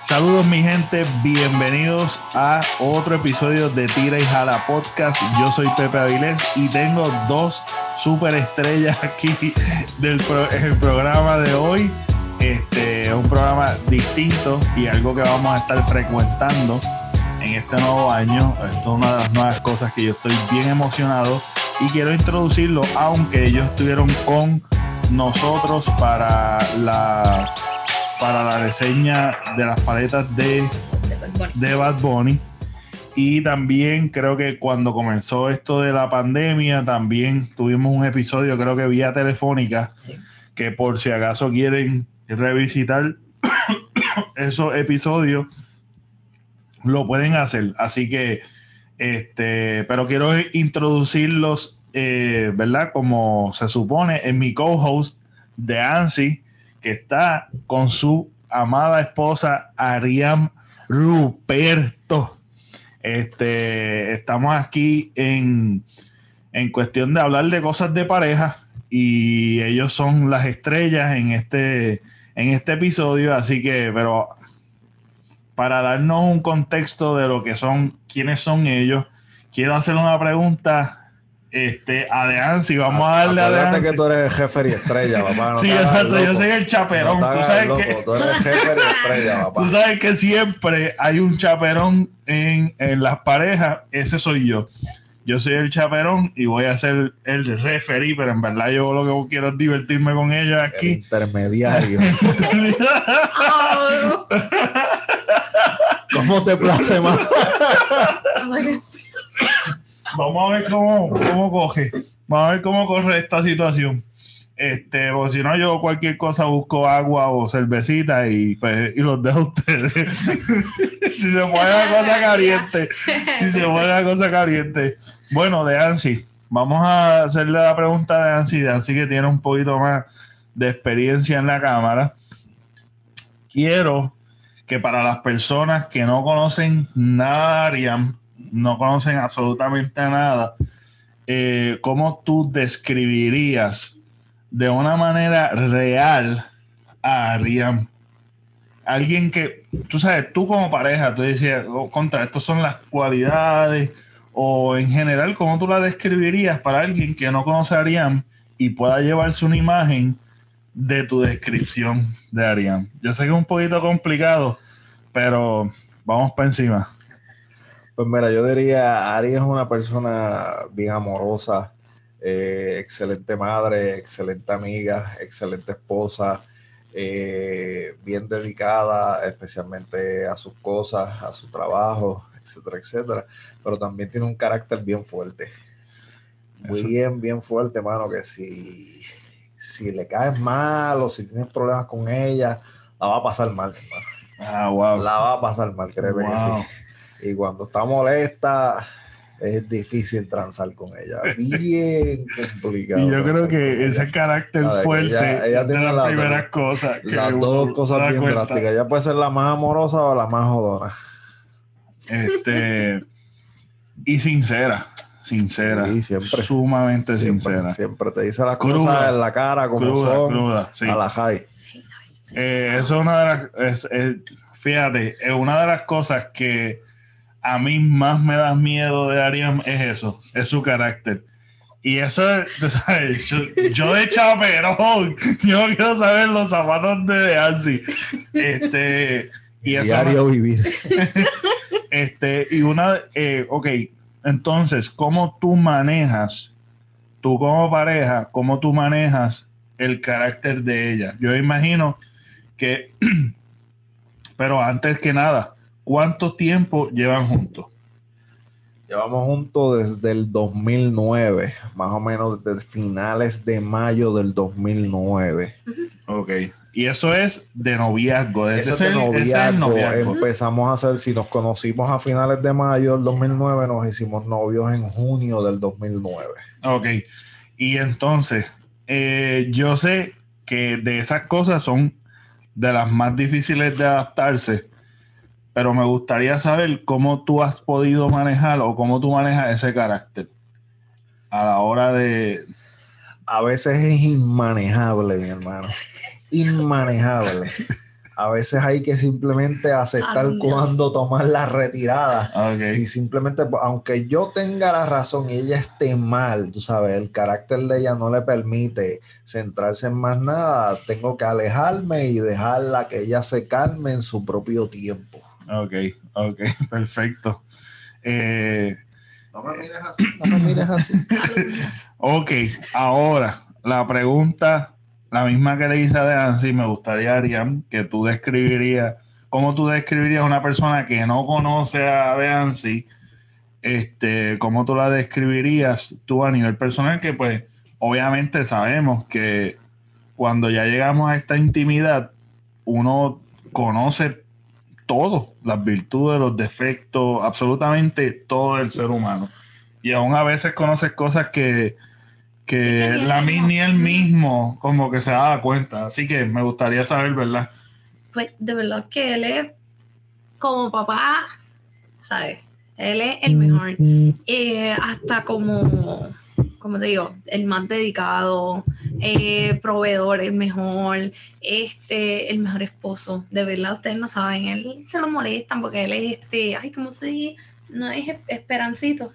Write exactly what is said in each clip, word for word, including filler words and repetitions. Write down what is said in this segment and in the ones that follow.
Saludos mi gente, bienvenidos a otro episodio de Tira y Jala Podcast. Yo soy Pepe Avilés y tengo dos superestrellas aquí del pro, el programa de hoy. Este es un programa distinto y algo que vamos a estar frecuentando en este nuevo año. Esto es una de las nuevas cosas que yo estoy bien emocionado y quiero introducirlo, aunque ellos estuvieron con nosotros para la para la reseña de las paletas de, de Bad Bunny. Y también creo que cuando comenzó esto de la pandemia también tuvimos un episodio, creo que vía telefónica, sí, que por si acaso quieren revisitar esos episodios lo pueden hacer. Así que este, pero quiero introducirlos eh, ¿verdad? Como se supone, en mi co-host de ANSI, que está con su amada esposa Ariam Ruperto. Este, estamos aquí en, en cuestión de hablar de cosas de pareja y ellos son las estrellas en este, en este episodio, así que, pero para darnos un contexto de lo que son, quiénes son ellos, quiero hacer una pregunta Este, a Deansi, vamos a, a darle a Deansi. Que tú eres el jefe y estrella, papá. No sí, exacto, yo soy el chaperón. No tú sabes loco, que tú eres el jefe y estrella, papá. Tú sabes que siempre hay un chaperón en, en las parejas. Ese soy yo. Yo soy el chaperón y voy a ser el referee, pero en verdad yo lo que quiero es divertirme con ellos aquí. El intermediario. ¿Cómo te place más? Vamos a ver cómo, cómo coge. Vamos a ver cómo corre esta situación. Este, porque si no, yo cualquier cosa busco agua o cervecita y, pues, y los dejo a ustedes. Si se pone la cosa caliente. Si se pone la cosa caliente. Bueno, de Ansi, vamos a hacerle la pregunta de Ansi. De Ansi, que tiene un poquito más de experiencia en la cámara. Quiero que para las personas que no conocen nada de Ariam, no conocen absolutamente nada, eh, ¿cómo tú describirías de una manera real a Ariam? Alguien que, tú sabes, tú como pareja, tú decías, oh, contra, estas son las cualidades, o en general, ¿cómo tú la describirías para alguien que no conoce a Ariam y pueda llevarse una imagen de tu descripción de Ariam? Yo sé que es un poquito complicado, pero vamos para encima. Pues mira, yo diría, Ari es una persona bien amorosa, eh, excelente madre, excelente amiga, excelente esposa, eh, bien dedicada especialmente a sus cosas, a su trabajo, etcétera, etcétera. Pero también tiene un carácter bien fuerte. Bien, Eso. bien fuerte, mano, que si, si le caes mal o si tienes problemas con ella, la va a pasar mal, hermano. Ah, wow. La va a pasar mal, créeme wow. que sí. Y cuando está molesta, es difícil transar con ella. Bien complicado. Y yo creo que ese carácter fuerte ella, ella es de las la primeras dos, cosas. Que las dos cosas bien cuenta. drásticas. Ella puede ser la más amorosa o la más jodona. Este. Y sincera. Sincera. Sí, siempre. Sumamente siempre, sincera. Siempre te dice las cruda, cosas en la cara como cruda, son. Cruda, sí. A la high. Eh, eso es una de las... Es, es, fíjate, es una de las cosas que a mí más me da miedo de Ariam es eso, es su carácter. Y eso, tú sabes, yo, yo de chaperón, yo quiero saber los zapatos de Deansi. Este, y eso diario no, vivir. Este, y una, eh, ok, entonces, ¿cómo tú manejas, tú como pareja, cómo tú manejas el carácter de ella? Yo imagino que, pero antes que nada, ¿cuánto tiempo llevan juntos? Llevamos juntos desde el dos mil nueve, más o menos desde finales de mayo del dos mil nueve. Ok. Y eso es de noviazgo. Eso es de el, noviazgo. noviazgo. Empezamos a hacer, si nos conocimos a finales de mayo del dos mil nueve, nos hicimos novios en junio del dos mil nueve. Ok. Y entonces, eh, yo sé que de esas cosas son de las más difíciles de adaptarse. Pero me gustaría saber cómo tú has podido manejar o cómo tú manejas ese carácter a la hora de... A veces es inmanejable, mi hermano. Inmanejable. A veces hay que simplemente aceptar Ay, Dios. cuando tomar la retirada. Ok. Y simplemente, aunque yo tenga la razón y ella esté mal, tú sabes, el carácter de ella no le permite centrarse en más nada, tengo que alejarme y dejarla que ella se calme en su propio tiempo. Ok, ok, perfecto. Eh, No me mires así, no me mires así. ok, ahora la pregunta, la misma que le hice a Deansi, me gustaría, Arián, que tú describirías, ¿cómo tú describirías a una persona que no conoce a Deansi? Este, ¿cómo tú la describirías tú a nivel personal? Que pues obviamente sabemos que cuando ya llegamos a esta intimidad, uno conoce todo, las virtudes, los defectos, absolutamente todo del ser humano. Y aún a veces conoces cosas que, que Sí, que la, ni él ni él mismo. mismo como que se da cuenta. Así que me gustaría saber, ¿verdad? Pues de verdad que él es como papá, ¿sabes? Él es el mejor. Eh, hasta como, como te digo, el más dedicado, eh, proveedor, el mejor, este, el mejor esposo. De verdad, ustedes no saben, él se lo molestan porque él es este, ay, ¿cómo se dice? No es esperancito.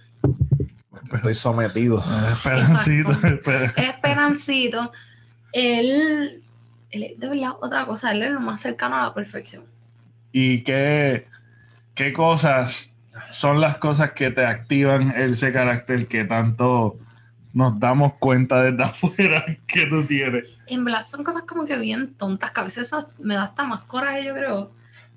Estoy sometido. Esperancito, espera. Esperancito. Él, él es de verdad otra cosa, él es lo más cercano a la perfección. ¿Y qué, qué cosas son las cosas que te activan ese carácter que tanto nos damos cuenta desde afuera que tú tienes? En verdad son cosas como que bien tontas, que a veces eso me da hasta más coraje, yo creo,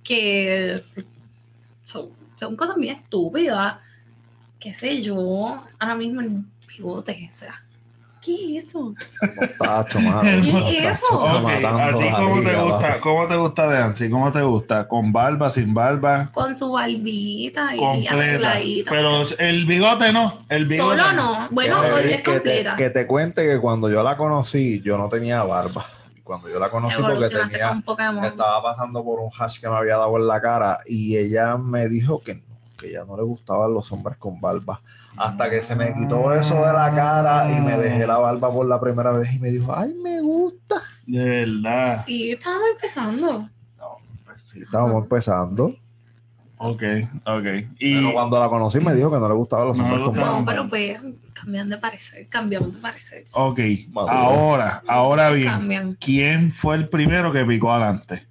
que son, son cosas bien estúpidas, qué sé yo, ahora mismo el bigote, o sea, ¿qué es eso? Tacho, mano. ¿Qué es eso? Ok, ¿a ti cómo te gusta, cómo te gusta Deansi? ¿Cómo te gusta? ¿Con barba, sin barba? Con su barbita y Completa. arregladita. Pero el bigote no, el bigote Solo no, bueno, hoy es que, te, completa. que te cuente que cuando yo la conocí, yo no tenía barba. Cuando yo la conocí porque Evolucionaste tenía, con Pokémon. estaba pasando por un hash que me había dado en la cara y ella me dijo que no, que ella no le gustaban los hombres con barba. Hasta que se me quitó eso de la cara y me dejé la barba por la primera vez y me dijo, ay, me gusta. De verdad. Sí, estábamos empezando. No, pues sí, estábamos Ajá. empezando. Ok, ok. Y Pero cuando la conocí me dijo que no le gustaban los No hombres le con gustaban. barba. No, pero pues cambian de parecer, cambiamos de parecer. ok, Maduro. ahora, ahora bien, Cambian. ¿quién fue el primero que picó adelante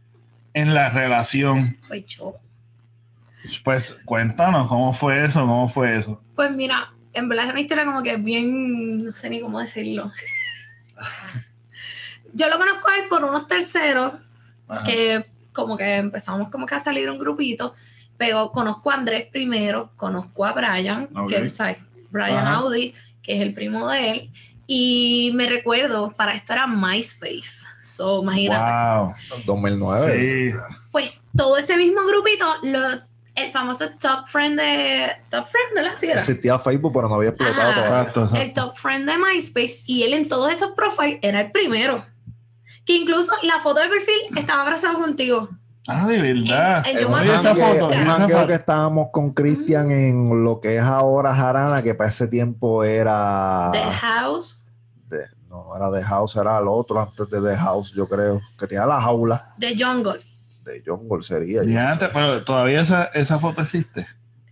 en la relación? Pues yo. Pues cuéntanos, ¿cómo fue eso? ¿Cómo fue eso? Pues mira, en verdad es una historia como que bien, no sé ni cómo decirlo. Yo lo conozco a él por unos terceros, Ajá. que como que empezamos como que a salir un grupito, pero conozco a Andrés primero, conozco a Brian, Ok. que ¿sabes? Brian Ajá. Audi, que es el primo de él, y me recuerdo, para esto era MySpace, so imagínate. Wow. dos mil nueve. Sí. Pues todo ese mismo grupito, lo- el famoso top friend de... Top friend, ¿no la hacía? Existía Facebook, pero no había explotado Ah, todavía. Exacto, exacto. El top friend de MySpace, y él en todos esos profiles era el primero. Que incluso la foto de perfil estaba abrazado contigo. Ah, de verdad. Es- En yo un me Oye, esa jangueo- foto, un esa jangueo foto. que estábamos con Cristian en lo que es ahora Jarana, que para ese tiempo era The House, de- no, no era The House, era el otro antes de The House, yo creo, que tenía la jaula The Jungle. de Jungle sería. yo Ya no sé. antes, pero todavía esa, esa foto existe.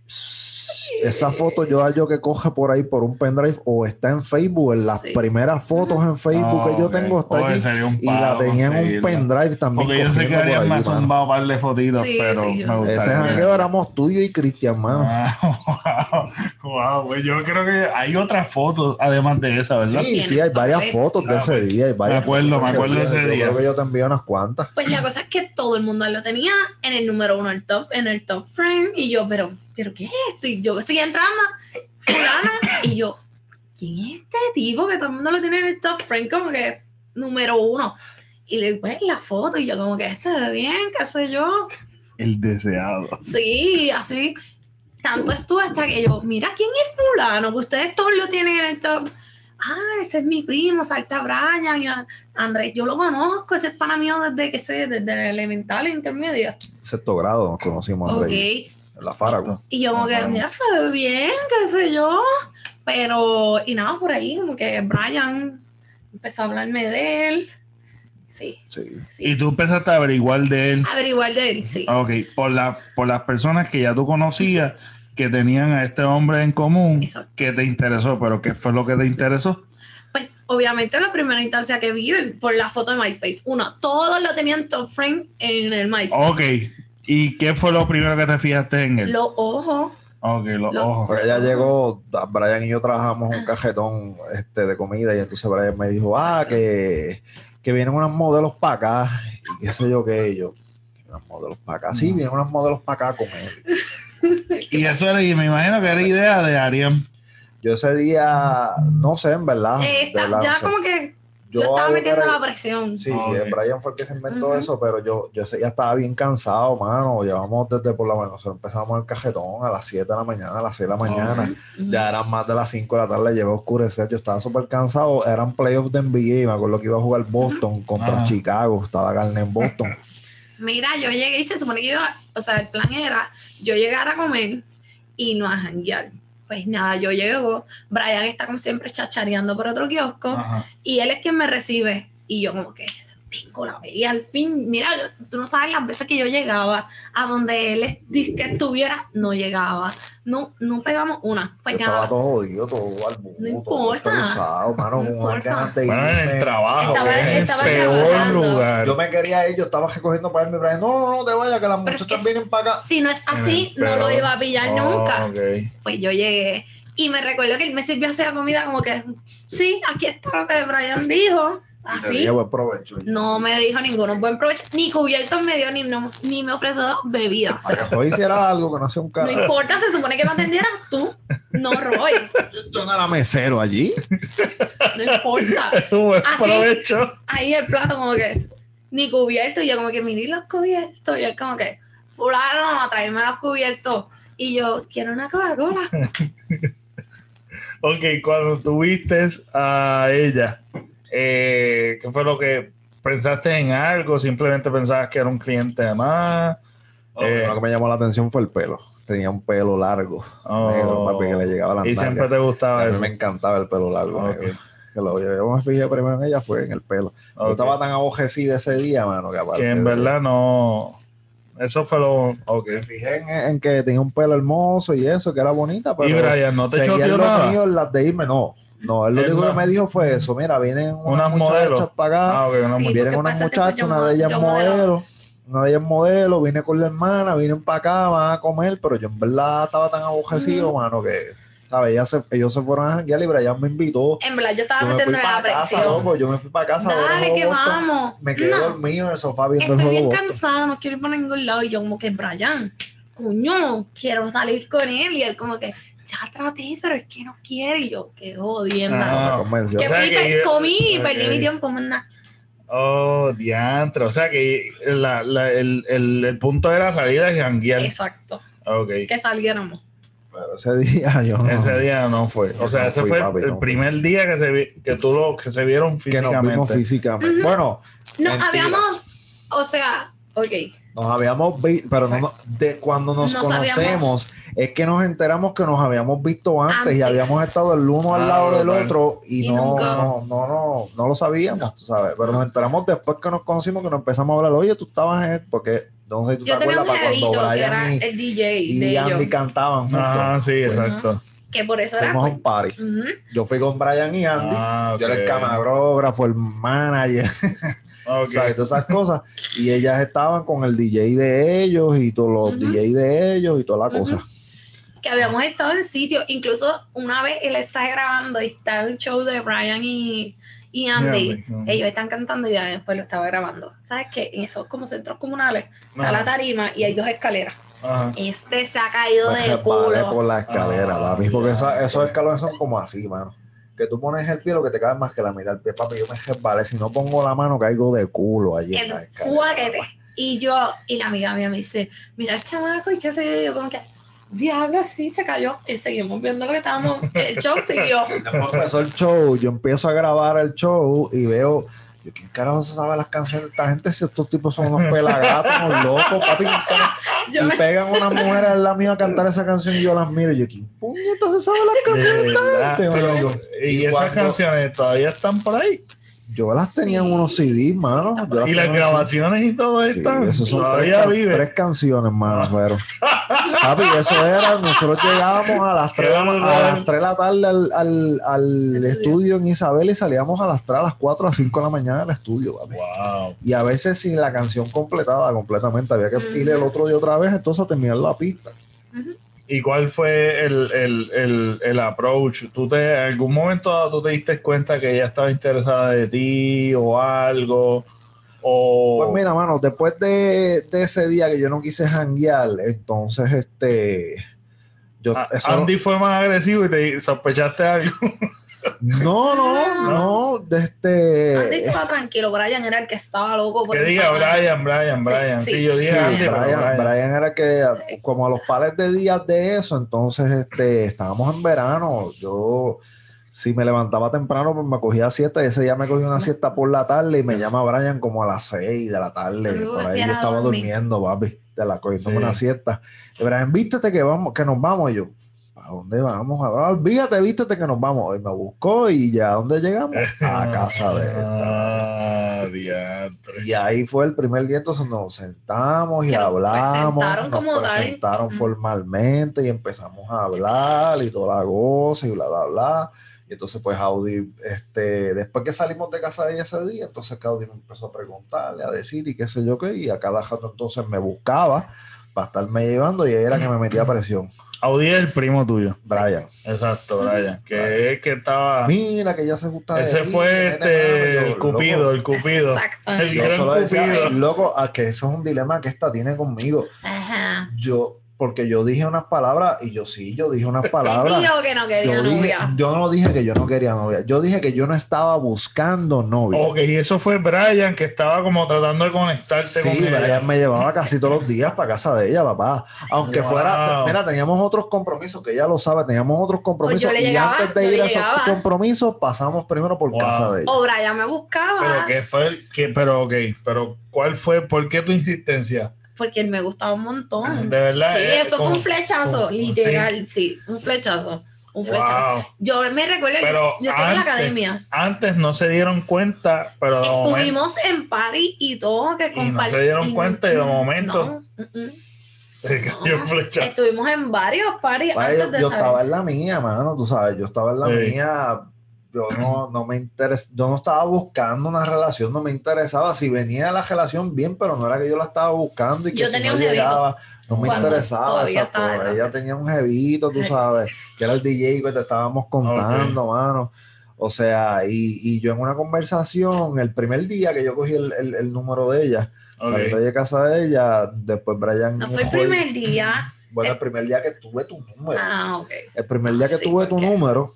Esa foto yo hallo que coge por ahí por un pendrive o está en Facebook, en las Sí. primeras fotos en Facebook que yo Ok. tengo está Oye, allí sería un y la palo tenía en un conseguirla. pendrive también Porque yo sé que cogiendo por harían allí, más mano. zumbado un par de fotitos, Sí, pero sí, yo- me gustaría. Ese jangueo éramos tuyo y Cristian, mano. Ah, wow, wow, pues yo creo que hay otras fotos además de esa, ¿verdad? Sí, sí, hay varias Papeles. fotos de Ah, ese pues, día. Hay varias me acuerdo, fotos me acuerdo de ese Yo día. creo que yo te envié unas cuantas. Pues la cosa es que todo el mundo lo tenía en el número uno, el top, en el top friend. Y yo, pero, ¿pero qué es esto? Y yo seguía entrando, fulana, y yo, ¿quién es este tipo que todo el mundo lo tiene en el top friend como que número uno? Y le pues la foto y yo como que se ve bien, qué sé yo. El deseado. Sí, así. Tanto estuve hasta que yo, mira, ¿quién es fulano? Que ustedes todos lo tienen en el top. Ah, ese es mi primo, Salta Brian. Y a- Andrés, yo lo conozco, ese es pana mío desde que sé, desde el elemental e intermedia. Sexto grado nos conocimos, Ok. Andrés, en la Farago. Y yo como que, mira, se ve bien, qué sé yo. Pero, y nada, por ahí, como que Brian empezó a hablarme de él. sí. Sí. sí. Y tú empezaste a averiguar de él. Averiguar de él, sí. Ok, por, la, por las personas que ya tú conocías que tenían a este hombre en común, Exacto. que te interesó, pero ¿qué fue lo que te interesó? Pues obviamente la primera instancia que vi por la foto de MySpace. Uno, todos lo tenían top frame en el MySpace. Ok, ¿y qué fue lo primero que te fijaste en él? Los ojos. Ok, los Lo- ojos. Porque ella llegó, Brian y yo trabajamos un cajetón este, de comida y entonces Brian me dijo, ah, que, que vienen unos modelos para acá y qué sé yo qué, y yo, unos modelos para acá. Sí, No. vienen unos modelos para acá con él. Y eso era, y me imagino que era idea de Arián. Yo ese día, no sé, en verdad. Eh, de está- verdad, ya no sé. como que yo, estaba algo metiendo que era- la presión. Sí, Ok. eh, Brian fue el que se inventó Ujú. eso, pero yo, yo ese ya estaba bien cansado, mano. Llevamos desde por la mañana, nosotros empezamos el cajetón a las siete de la mañana, a las seis de la mañana. Ujú. Ya eran más de las cinco de la tarde, llevé a oscurecer. Yo estaba súper cansado. Eran playoffs de N B A. Me acuerdo que iba a jugar Boston contra Ajá. Chicago. Estaba Garnett en Boston. Mira, yo llegué y se supone que iba, o sea, el plan era yo llegar a comer y no a janguear. Pues nada, yo llego, Brian está como siempre chachareando por otro kiosco Ajá. y él es quien me recibe y yo como que, pingo la y al fin, mira, yo- tú no sabes las veces que yo llegaba a donde él es- dice que estuviera, no llegaba, no, no pegamos una, pues Yo estaba nada, todo jodido, todo al mundo, No todo importa. usado, mano, No con unas importa. ganas de Bueno, en irme. el trabajo, Estaba- que es el estaba peor trabajando. lugar. Yo me quería ir, yo estaba recogiendo para irme. Brian, no, no, no te vayas, que las Pero es muchachas que vienen para acá. si no es así, En el no lo peor. iba a pillar Oh, nunca. ok. Pues yo llegué y me recuerdo que él me sirvió a hacer la comida como que, sí, aquí está lo que Brian dijo, Y te así. dije, buen provecho. No me dijo ninguno buen provecho, ni cubiertos me dio, ni, no- ni me ofreció bebida. O sea, Para que Roy hiciera algo que no sea un no carajo. importa, se supone que me atendieras tú, no Roy, Yo no era mesero allí. no importa. Un buen Así. provecho. Ahí el plato como que, ni cubierto, y yo como que, miré los cubiertos, y él como que, fulano, tráeme los cubiertos. Y yo, quiero una Coca-Cola. Ok, cuando tuviste a ella, eh, ¿qué fue lo que pensaste en algo? ¿Simplemente pensabas que era un cliente más? Eh, Lo que me llamó la atención fue el pelo. Tenía un pelo largo, Oh. negro, papi, que le llegaba a las Y nalgas. siempre te gustaba A mí eso. me encantaba el pelo largo, Ok. negro. Que lo, yo me fijé primero en ella fue en el pelo. Yo Ok. estaba tan abojecido ese día, mano, que aparte Que en de- verdad no. Eso fue lo. Ok. me fijé en, en que tenía un pelo hermoso y eso, que era bonita, pero Y Brian, ¿no te seguía choteó en lo nada? mío, en las de irme, no. No, él lo Él único no. que me dijo fue eso. Mira, vienen unas Unas modelos. muchachas para acá. Ah, ok, una Sí, mu- Vienen porque unas para ese muchachas, tiempo yo una de mo- ellas yo modelaba. modelo, una de ellas modelo, vine con la hermana, vienen para acá, van a comer, pero yo en verdad estaba tan abojecido, Ujú. mano, que, ¿sabes? Ellas se, ellos se fueron a janguear y Brian me invitó. En verdad, yo estaba Yo me fui metiendo en la para casa, presión. loco, yo me fui para casa. a ver el Dale, juego que Boston. vamos. Me quedé No, dormido en el sofá viendo el estoy juego bien Boston. cansada, no quiero ir para ningún lado. Y yo como que, Brian, coño, quiero salir con él. Y él como que, ya traté, pero es que no quiere. Y yo, qué jodienda. Ah, Me convenció. que o sea fui, que pe- yo- comí y ok. perdí mi tiempo en nada. Oh, diantre. O sea que la, la, el, el, el punto era salir a janguear. Exacto, Ok. que saliéramos. Pero ese día yo no. Ese día no fue. O sea, No ese fui, fue papi, el no fui. primer día que se vi, que tú lo, que se vieron que nos físicamente. vimos físicamente. Ujú. Bueno, No, mentira. habíamos, o sea, ok, Nos habíamos visto, pero no, no- de cuando nos Nos conocemos, habíamos- es que nos enteramos que nos habíamos visto antes, y Antes. habíamos estado el uno al Ah, lado del brutal. otro y, Y no, nunca- no, no, no, no lo sabíamos, tú sabes. Pero nos enteramos después que nos conocimos, que nos empezamos a hablar, oye, tú estabas en, porque no sé si tú yo te tenía acuerdas un para cuando jevito que Brian era y, el D J y de Andy ellos, cantaban juntos. Ajá, sí, Pues, exacto. que por eso era, Fuimos a pues, un party. ujú. Yo fui con Brian y Andy. Ah, Yo era el ok. camarógrafo, el manager, Ok. ¿sabes? Todas esas cosas. Y ellas estaban con el D J de ellos y todos los Ujú. D J de ellos y toda la Ujú. cosa. que habíamos estado en sitio, incluso una vez él está grabando y está en un show de Brian y, y Andy, Andy, ujú. ellos están cantando y después lo estaba grabando. ¿Sabes qué? En esos como centros comunales está Ajá. la tarima y hay dos escaleras. Ajá. Este se ha caído Me de resbalé culo. por la escalera, Ah, papi, porque esa- ya, esos ok. escalones son como así, mano. Que tú pones el pie, lo que te cabe más que la mitad del pie, papi. Yo me resbalé. Si no pongo la mano, caigo de culo allí en la El escalera. fuaquete. Y yo, y la amiga mía me dice, mira el chamaco y qué sé yo, yo como que, diablo, sí, se cayó. Y seguimos viendo lo que estábamos, el show siguió. Después empezó el show, yo empiezo a grabar el show y veo, yo, ¿quién carajo se sabe las canciones de esta gente? Si estos tipos son unos pelagatos, unos locos, papi, ¿quién carajo? Yo Y me, pegan unas mujeres al lado mío a cantar esa canción y yo las miro y yo, ¿quién puñeta se sabe las canciones De de esta verdad, gente? pero- Marico? y esas cuando- canciones todavía están por ahí. Yo las tenía en unos C D, mano. Sí, Yo las Y las tenía en grabaciones y todo Sí, esto. eso son Todavía tres, vive. tres canciones, mano, pero papi, eso era, nosotros llegábamos a las tres, Qué a brutal. las tres de la tarde al, al, al Estudio. estudio en Isabel y salíamos a las tres, a las cuatro, a las cinco de la mañana al estudio, papi. Wow. Y a veces sin la canción completada completamente, había que Ujú. ir el otro día otra vez, entonces a terminar la pista. Ujú. ¿Y cuál fue el, el, el, el approach? ¿Tú te, en algún momento tú te diste cuenta que ella estaba interesada de ti o algo? O... Pues mira, mano, después de, de ese día que yo no quise janguear, entonces este... Yo, A- eso Andy fue más agresivo y te sospechaste algo. no, no, no, de este... Andy estaba tranquilo, Brian era el que estaba loco. por Que el diga papá. Brian, Brian, Brian. Sí, sí, yo Sí, dije Andy, pero Brian, Brian. Brian era que como a los pares de días de eso, entonces este, estábamos en verano. Yo si me levantaba temprano, pues me cogía siesta y ese día me cogí una siesta por la tarde y me llama Brian como a las seis de la tarde. Uh, Por así ahí yo era estaba dormir. durmiendo, papi, de la cogiendo Sí. una siesta. Y Brian, vístete que vamos, que nos vamos. Y yo, ¿a dónde vamos? Ahora olvídate, vístete que nos vamos. Y me buscó y ya, ¿a dónde llegamos? A casa de esta. Ah, diantre. Y ahí fue el primer día, entonces nos sentamos y Que nos hablamos, presentaron nos como tal. presentaron Ujú. formalmente y empezamos a hablar y toda la cosa y bla, bla, bla. Y entonces pues Audi, este, después que salimos de casa de ella ese día, entonces Audi me empezó a preguntarle, a decir y qué sé yo qué, y a cada rato entonces me buscaba para estarme llevando y ella era que me metía presión. Audi es el primo tuyo. Brian, Exacto, Brian. Que Brian. es que estaba... mira que ella se gusta de Ese ti, fue que mete mano". este, Yo, el Cupido, loco, el Cupido. El Exactamente. Yo gran solo decía, Cupido. loco, a que eso es un dilema que esta tiene conmigo. Ajá. Yo, porque yo dije unas palabras y yo sí, yo dije unas palabras. Él dijo que no quería Yo, dije, novia. yo no dije que yo no quería novia. Yo dije que yo no estaba buscando novia. Ok, y eso fue Brian que estaba como tratando de conectarte Sí, con ella. Brian me llevaba casi todos los días para casa de ella, papá. Aunque Wow. fuera, mira, teníamos otros compromisos, que ella lo sabe, teníamos otros compromisos. Pues yo le y llegaba, antes de yo ir le a esos llegaba. compromisos, pasamos primero por Wow. casa de ella. O Brian me buscaba. Pero qué fue el que, pero ok, pero ¿cuál fue? ¿Por qué tu insistencia? Porque él me gustaba un montón. De verdad. Sí, eh, eso como- fue un flechazo, como- literal, sí. un flechazo, un flechazo. Wow. Yo me recuerdo, Pero yo estaba en la antes- academia. Antes no se dieron cuenta, pero de momento, Estuvimos en party y todo que Y no se dieron cuenta y de momento- No, mm, mm. se cayó el flechazo. Estuvimos en varios parties Vaya, antes yo de yo saber. estaba en la mía, mano, tú sabes, yo estaba en la Sí. mía, yo no, no me interes, yo no estaba buscando una relación, no me interesaba, si venía la relación bien, pero no era que yo la estaba buscando y que Yo si tenía no un jevito. llegaba, no me Cuando interesaba, todavía exacto, estaba de ella novia. tenía un jevito, tú Sí. sabes, que era el D J que te estábamos contando, mano. O sea, y, y yo en una conversación, el primer día que yo cogí el, el, el número de ella, Ok. saliendo de casa de ella, después Brian... No fue el Joy- primer día. Bueno, el primer día que tuve tu número. Ah, ok. El primer día que Sí, tuve tu porque- número,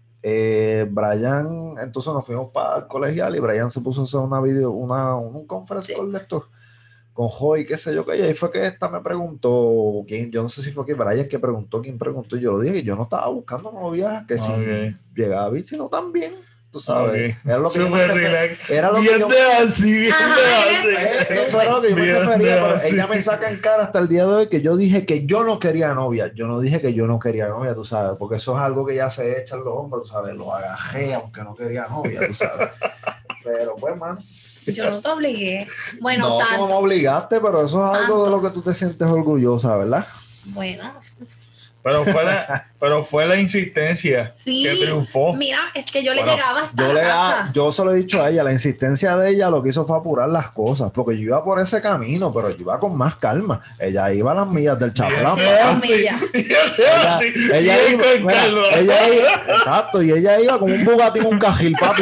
eh, Brian, entonces nos fuimos para el colegial y Brian se puso a hacer una video, una, un conference Sí. call de esto con Joy, qué sé yo qué, y ahí fue que esta me preguntó, quién, yo no sé si fue que Brian que preguntó, quién preguntó, y yo lo dije que yo no estaba buscando novia, que si Ok. llegaba bien, sino también, tú sabes, Ok. era lo que yo me Súper refer- relax. era lo que Bien yo- de así, bien Ajá, de él- así. Eso era lo que yo me Bien, refería, bien, pero sí. ella me saca en cara hasta el día de hoy que yo dije que yo no quería novia. Yo no dije que yo no quería novia, tú sabes, porque eso es algo que ya se echan los hombres, tú sabes, lo agajé aunque no quería novia, tú sabes. Pero pues, man, Yo no te obligué. Bueno, no, tú no me tanto. obligaste, pero eso es algo de Tanto. lo que tú te sientes orgullosa, ¿verdad? Bueno, Pero fue la, pero fue la insistencia sí. que triunfó. Mira, es que yo le Bueno, llegaba hasta Yo, la le, casa. yo se lo he dicho a ella, la insistencia de ella lo que hizo fue apurar las cosas, porque yo iba por ese camino, pero yo iba con más calma. Ella iba a las millas del chaflán. Sí, papá. con ella. Ella, ella Sí, iba, con mira, calma. ella iba, exacto, y ella iba como un Bugatti en un cajil, papi.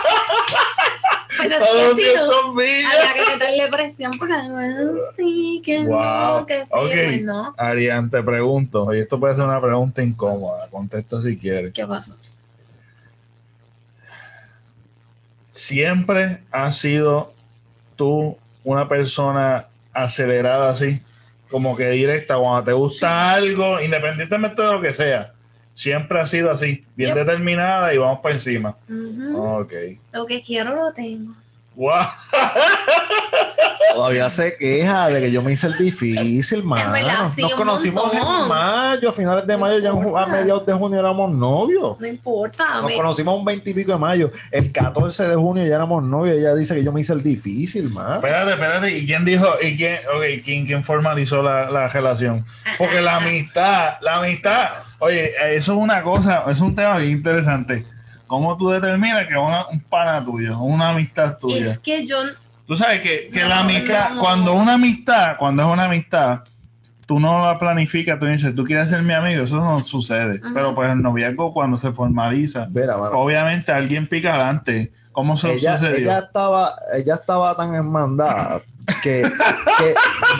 Pero A es que si no, doscientas millas. había que meterle presión porque bueno, sí, que Wow. no, que sí, Ok. pues no. Arián, te pregunto, y esto puede ser una pregunta incómoda, contesta si quieres. ¿Qué pasa? ¿Siempre has sido tú una persona acelerada así? Como que directa, cuando te gusta algo, independientemente de lo que sea, siempre has sido así, bien Yep. determinada y vamos para encima. Ujú. Ok. Lo que quiero lo tengo. Wow. Todavía se queja de que yo me hice el difícil, mano. verdad, sí, Nos un conocimos montón. en mayo, a finales de No mayo, ya en, importa. a mediados de junio éramos novios. No importa. Nos me- conocimos un veinte y pico de mayo. El catorce de junio ya éramos novios. Ella dice que yo me hice el difícil, mano. Espérate, espérate. ¿Y quién dijo? ¿Y quién, okay, ¿quién, quién formalizó la, la relación? Porque la amistad, la amistad, oye, eso es una cosa, es un tema bien interesante. ¿Cómo tú determinas que es una, un pana tuyo, una amistad tuya? Es que yo... Tú sabes que, que No, la amistad, no. cuando una amistad, cuando es una amistad, tú no la planificas, tú dices, tú quieres ser mi amigo, eso no sucede. Ujú. Pero pues el noviazgo cuando se formaliza, Mira, mano. obviamente alguien pica adelante. ¿Cómo se Ella, sucedió? ella estaba, ella estaba tan enmandada que, que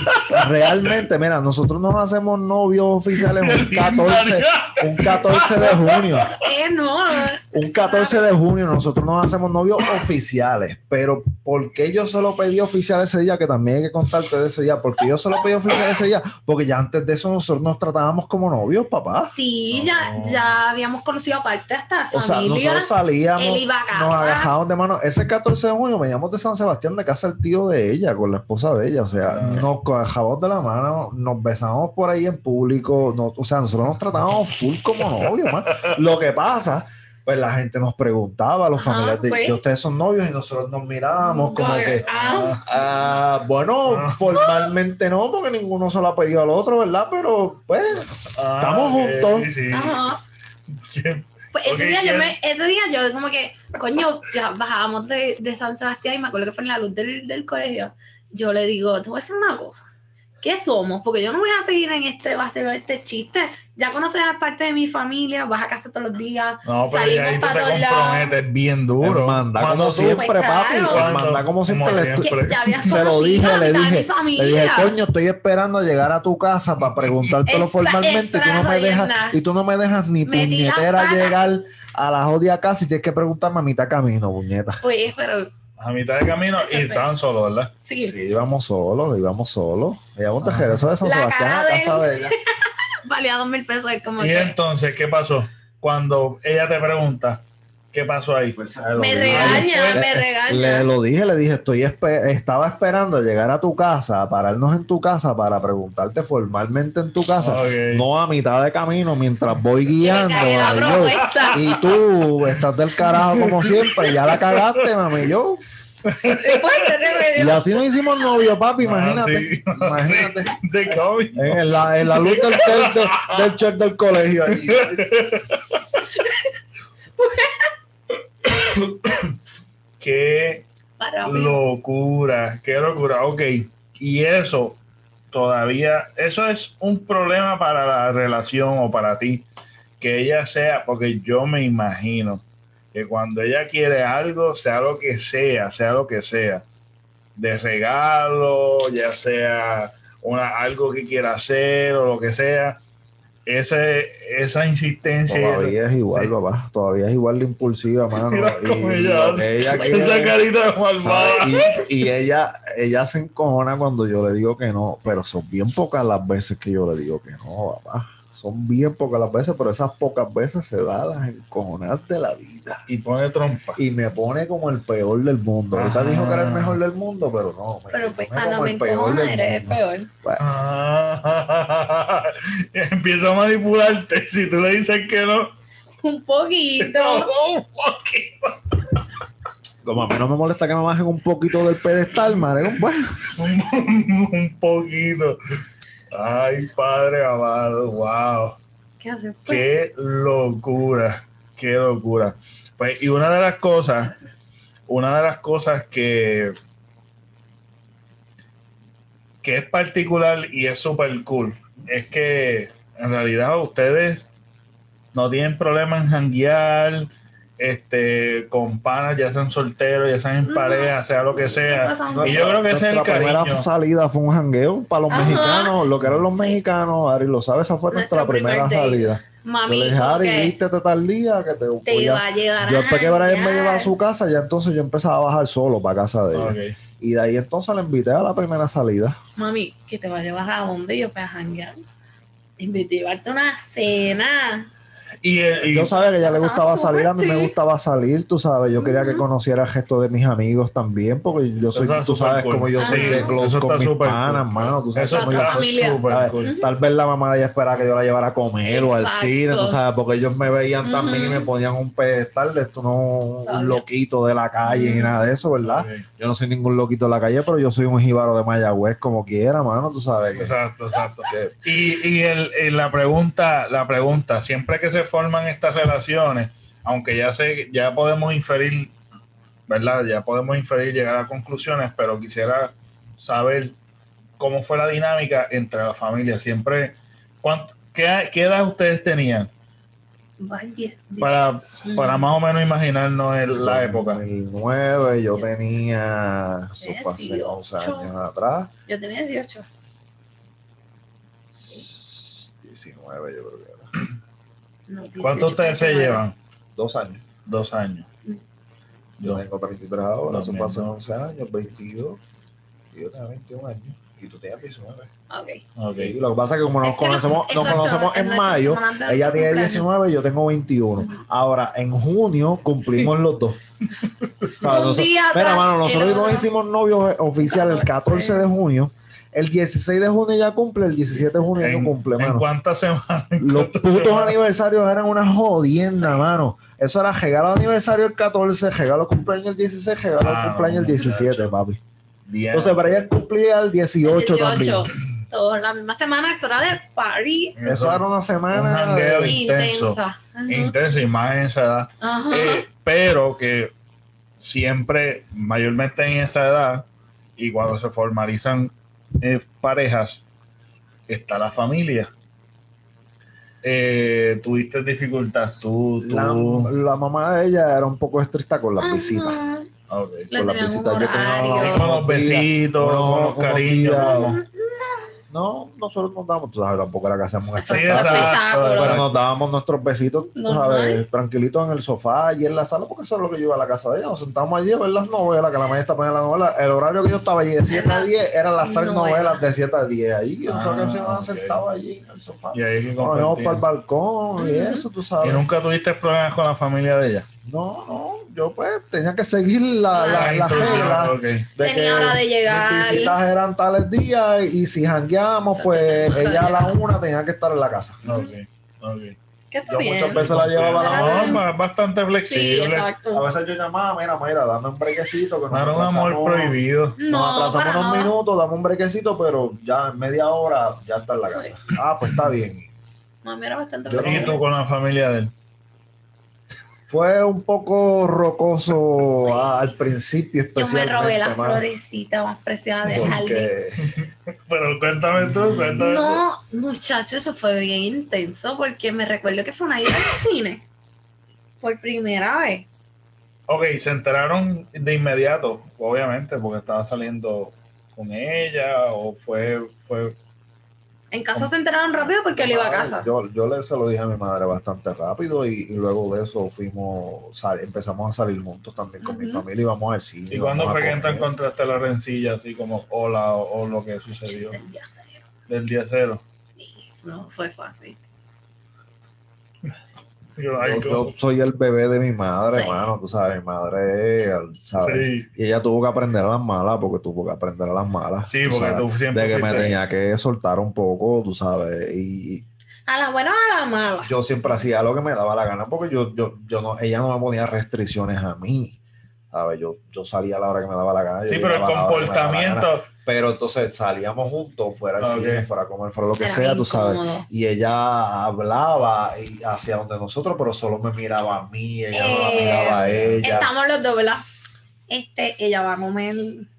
realmente, mira, nosotros nos hacemos novios oficiales un catorce, un catorce de junio. Eh, no. Un catorce de junio nosotros nos hacemos novios oficiales, pero ¿por qué yo solo pedí oficial ese día? Que también hay que contarte de ese día. ¿Por qué yo solo pedí oficial ese día? Porque ya antes de eso nosotros nos tratábamos como novios, papá. Sí, No. ya, ya habíamos conocido aparte hasta O sea, familia. nosotros salíamos, Él iba a casa. nos agajábamos de mano. Ese catorce de junio veníamos de San Sebastián, de casa del tío de ella, con la esposa de ella. O sea, Ah. nos agajábamos de la mano, nos besamos por ahí en público. No, o sea, nosotros nos tratábamos full como novios, man. Lo que pasa, pues la gente nos preguntaba, los Ajá, familiares de pues. que ustedes son novios y nosotros nos mirábamos como que... Ah, Ah, bueno, Ah. formalmente no, porque ninguno se lo ha pedido al otro, ¿verdad? Pero, pues, Ah, estamos ok, juntos. sí. ajá. Sí. Pues ese Ok, día yo ¿quién? me, ese día yo como que, coño, ya bajábamos de, de San Sebastián y me acuerdo que fue en la luz del, del colegio. Yo le digo, te voy a decir una cosa. ¿Qué somos? Porque yo no voy a seguir en este, va a ser este chiste. Ya conoces a parte de mi familia, vas a casa todos los días, No, pero ya ahí salimos tú para te todos lados. comprometes bien duro. Manda Cuando como tú- siempre, Pues papi. claro. Manda como siempre. Como Le, siempre. Que ya habías se lo conocido dije, a le mitad de dije, mi familia. le dije, coño, estoy esperando llegar a tu casa para preguntártelo Esa- formalmente y tú no esa me dejas, jodienda. y tú no me dejas ni Metí la puñetera pata. llegar a la jodida casa y tienes que preguntarme a mitad camino, puñeta. Oye, pero A mitad de camino Ese y fue. estaban solos, ¿verdad? sí, Sí, íbamos solos, íbamos solos. Íbamos de Ajá. regreso de San La Sebastián a cara de casa de ella. valía dos mil pesos. Es como Y que entonces, ¿qué pasó? Cuando ella te pregunta, ¿qué pasó ahí? Pues, se lo me dije. regaña, Le- me regaña. Le lo dije, le dije, estoy espe- estaba esperando llegar a tu casa, pararnos en tu casa para preguntarte formalmente en tu casa, Ok. no a mitad de camino mientras voy guiando. cagué la mami, yo. propuesta. Y tú estás del carajo como siempre, ya la cagaste, mami, yo. Fuerte remedio. Y así nos hicimos novios, papi, Ah, imagínate. sí. Imagínate. Sí, de COVID. En la, en la luz del, del, del, del chat del colegio. Ahí. Qué Para mí. locura, qué locura. Ok, y eso todavía, eso es un problema para la relación o para ti, que ella sea, porque yo me imagino que cuando ella quiere algo, sea lo que sea, sea lo que sea, de regalo, ya sea una, algo que quiera hacer o lo que sea, ese, esa insistencia. Todavía es igual, Sí. papá. Todavía es igual de impulsiva, mano. Mira cómo Y ella lo que hace. ella Esa quiere- carita de malvada. ¿sabes? Y, y ella, ella se encojona cuando yo le digo que no, pero son bien pocas las veces que yo le digo que no, papá. Son bien pocas las veces, pero esas pocas veces se da las encojonadas de la vida. Y pone trompa. Y me pone como el peor del mundo. Ahorita Ah. dijo que era el mejor del mundo, pero no. Me Pero pues pone cuando como me el peor encojona, del eres el mundo. peor. Bueno, Ah, empieza a manipularte si tú le dices que no. Un poquito. Un poquito. como a mí no me molesta que me bajen un poquito del pedestal, madre. Bueno, Un, un poquito. Ay, padre amado, wow. ¿Qué haces? Pues, Qué locura, qué locura. Pues, y una de las cosas, una de las cosas que, que es particular y es súper cool, es que en realidad ustedes no tienen problema en janguear, este, con panas, ya sean solteros, ya sean en No. pareja, sea lo que sea. pasamos. Y yo creo que ese es el nuestra primera cariño. salida fue un jangueo para los Ajá. mexicanos, lo que eran los Sí. mexicanos, Ari lo sabe, esa fue nuestra Nuestro primera primer date. salida. Mami, yo le dije, como Ari, que vístete tal día que te, te voy iba a... a llevar Yo después que Brian me janguear. llevaba a su casa, ya entonces yo empezaba a bajar solo para casa de ella. Ok. Y de ahí entonces la invité a la primera salida. Mami, que te va a llevar a dónde yo para janguear. En vez de llevarte una cena. Y, y yo sabía que a ella le Pasaba gustaba súper, salir, a mí sí. me gustaba salir, tú sabes, yo quería que Ujú. conociera el gesto de mis amigos también, porque yo soy, Eso está tú súper sabes cool. como yo soy Ajá. de close Eso con está mis súper panas, cool. mano, tú sabes Eso cómo Toda yo tu está soy. familia. súper ¿Sabes? cool. Tal vez la mamá de ella esperaba que yo la llevara a comer o al Exacto. cine, tú sabes, porque ellos me veían también y Ujú. me ponían un pedestal de esto, no un Sabía. loquito de la calle ni Ujú. nada de eso, ¿verdad? Ok. Yo no soy ningún loquito de la calle, pero yo soy un jíbaro de Mayagüez como quiera, mano, tú sabes que... Exacto, exacto. que- Y, y el, el- la pregunta, la pregunta, siempre que se forman estas relaciones, aunque ya sé, ya podemos inferir, ¿verdad? Ya podemos inferir, llegar a conclusiones, pero quisiera saber cómo fue la dinámica entre la familia. Siempre, ¿cuánto, qué, qué edad ustedes tenían? Ay, diez, diez. Para, Mm. para más o menos imaginarnos el- la época. dos mil nueve yo tenía, eso fue hace dieciocho. once años atrás, Yo tenía dieciocho. diecinueve yo creo que era, No, dieciocho, ¿Cuántos ustedes se diecinueve. llevan? dos años. Dos años. Yo Dos. tengo treinta y tres ahora, Dos eso mil fue hace dos. once años, veintidós, y yo tenía veintiún años, y tú tenías diecinueve. Ok. Ok. Sí, lo que pasa es que como nos Es que no- conocemos, nos exacto, conocemos en en nuestra mayo, semana de ella tiene cumpleaños. diecinueve y yo tengo veintiuno. Ujú. Ahora, en junio cumplimos los dos. O sea, Un noso- día Mira, tras mano, el nosotros nos otro. hicimos novios oficial el catorce de junio. El dieciséis de junio ya cumple, el diecisiete de junio no ¿En, cumple, en mano. cuántas semanas? ¿En Los cuántas putos semanas? aniversarios eran una jodienda, mano. Eso era regalo de aniversario el catorce, regalo de cumpleaños el dieciséis, regalo de Ah, cumpleaños no, el diecisiete, muchacho. papi. Bien. Entonces, para ella cumplía el dieciocho, dieciocho. también. Toda la misma semana, esto era de party. Eso era una Un semana jangueo de- intenso. Intensa. Ajá. Intenso y más en esa edad. Ajá. Eh, pero que siempre, mayormente en esa edad, y cuando se formalizan eh, parejas, está la familia. Eh, ¿Tuviste dificultad? Tú, tú... La, la mamá de ella era un poco estricta con las Ajá. visitas. Ok. Le Con las tenían un visitas yo tenía horario. Y con los unos días, besitos, unos- con los unos cariños. días. como- No, nosotros nos damos, tú sabes, tampoco era que hacíamos un Eso Sí, es un espectáculo. exacto. espectáculo. Pero nos dábamos nuestros besitos, tú Normal. sabes, tranquilitos en el sofá y en la sala, porque eso es lo que yo iba a la casa de ella. Nos sentábamos allí a ver las novelas, que la maestra ponía la novela. El horario que yo estaba allí de siete a diez eran las tres Novela. novelas de siete a diez. Allí, Ah, nosotros se iban ok. sentados allí en el sofá. Y ahí que Nos íbamos compartir. para el balcón y eso, tú ¿Y sabes. nunca tuviste problemas con la familia de ella? No, no, yo pues tenía que seguir la, la, Las la instrucciones, regla. ok. De Tenía que hora de llegar. mis visitas eran tales días y si jangueábamos, Exacto, pues tenía hora de ella a la llegar. una tenía que estar en la casa. Ok, ok. Que está Yo bien. muchas veces la llevaba a la Era- una. No, bastante Sí, flexible. A exacto. veces yo llamaba, mira, mira, dame un brequecito. Que No era nos un amor atrasamos- prohibido. Nos No, atrasamos para unos nada. minutos, dame un brequecito, pero ya en media hora ya está en la casa. Ah, pues está bien. Mami era bastante Yo- ¿Y flexible. tú con la familia de él? Fue un poco rocoso a- al principio, Yo me especialmente. robé la mano, florecita más preciada del jardín. porque Pero cuéntame tú, cuéntame tú. No, muchacho, eso fue bien intenso porque me recuerdo que fue una ida al cine por primera vez. Ok, se enteraron de inmediato, obviamente, porque estaba saliendo con ella, o fue, fue, En casa se enteraron rápido porque él iba a casa. Yo, yo le se lo dije a mi madre bastante rápido y, y luego de eso fuimos, sal- empezamos a salir juntos también con mi Ujú. familia y vamos al cine. ¿y cuándo vamos fue a que te comer. encontraste la rencilla, así como hola o, o lo que sucedió El día cero. del día cero? No fue fácil. Yo, ay, Yo, yo soy el bebé de mi madre, Sí. hermano, tú sabes, mi madre, ¿sabes? sí, Y ella tuvo que aprender a las malas, porque tuvo que aprender a las malas. sí, tú porque sabes, tú siempre de que me fuiste- tenía que soltar un poco, tú sabes, y A la buena o a la mala. yo siempre hacía lo que me daba la gana, porque yo, yo, yo no, ella no me ponía restricciones a mí, ¿sabes? Yo, yo salía a la hora que me daba la gana. yo Sí, pero el llegaba a la hora que me daba la gana. comportamiento, Pero entonces salíamos juntos, fuera al Ok. cine, fuera a comer, fuera lo que Era sea, bien tú sabes. incómodo. Y ella hablaba y hacia donde nosotros, pero solo me miraba a mí, ella no la Eh, miraba a ella. Estamos los dos, ¿verdad? Este, ella va a comer.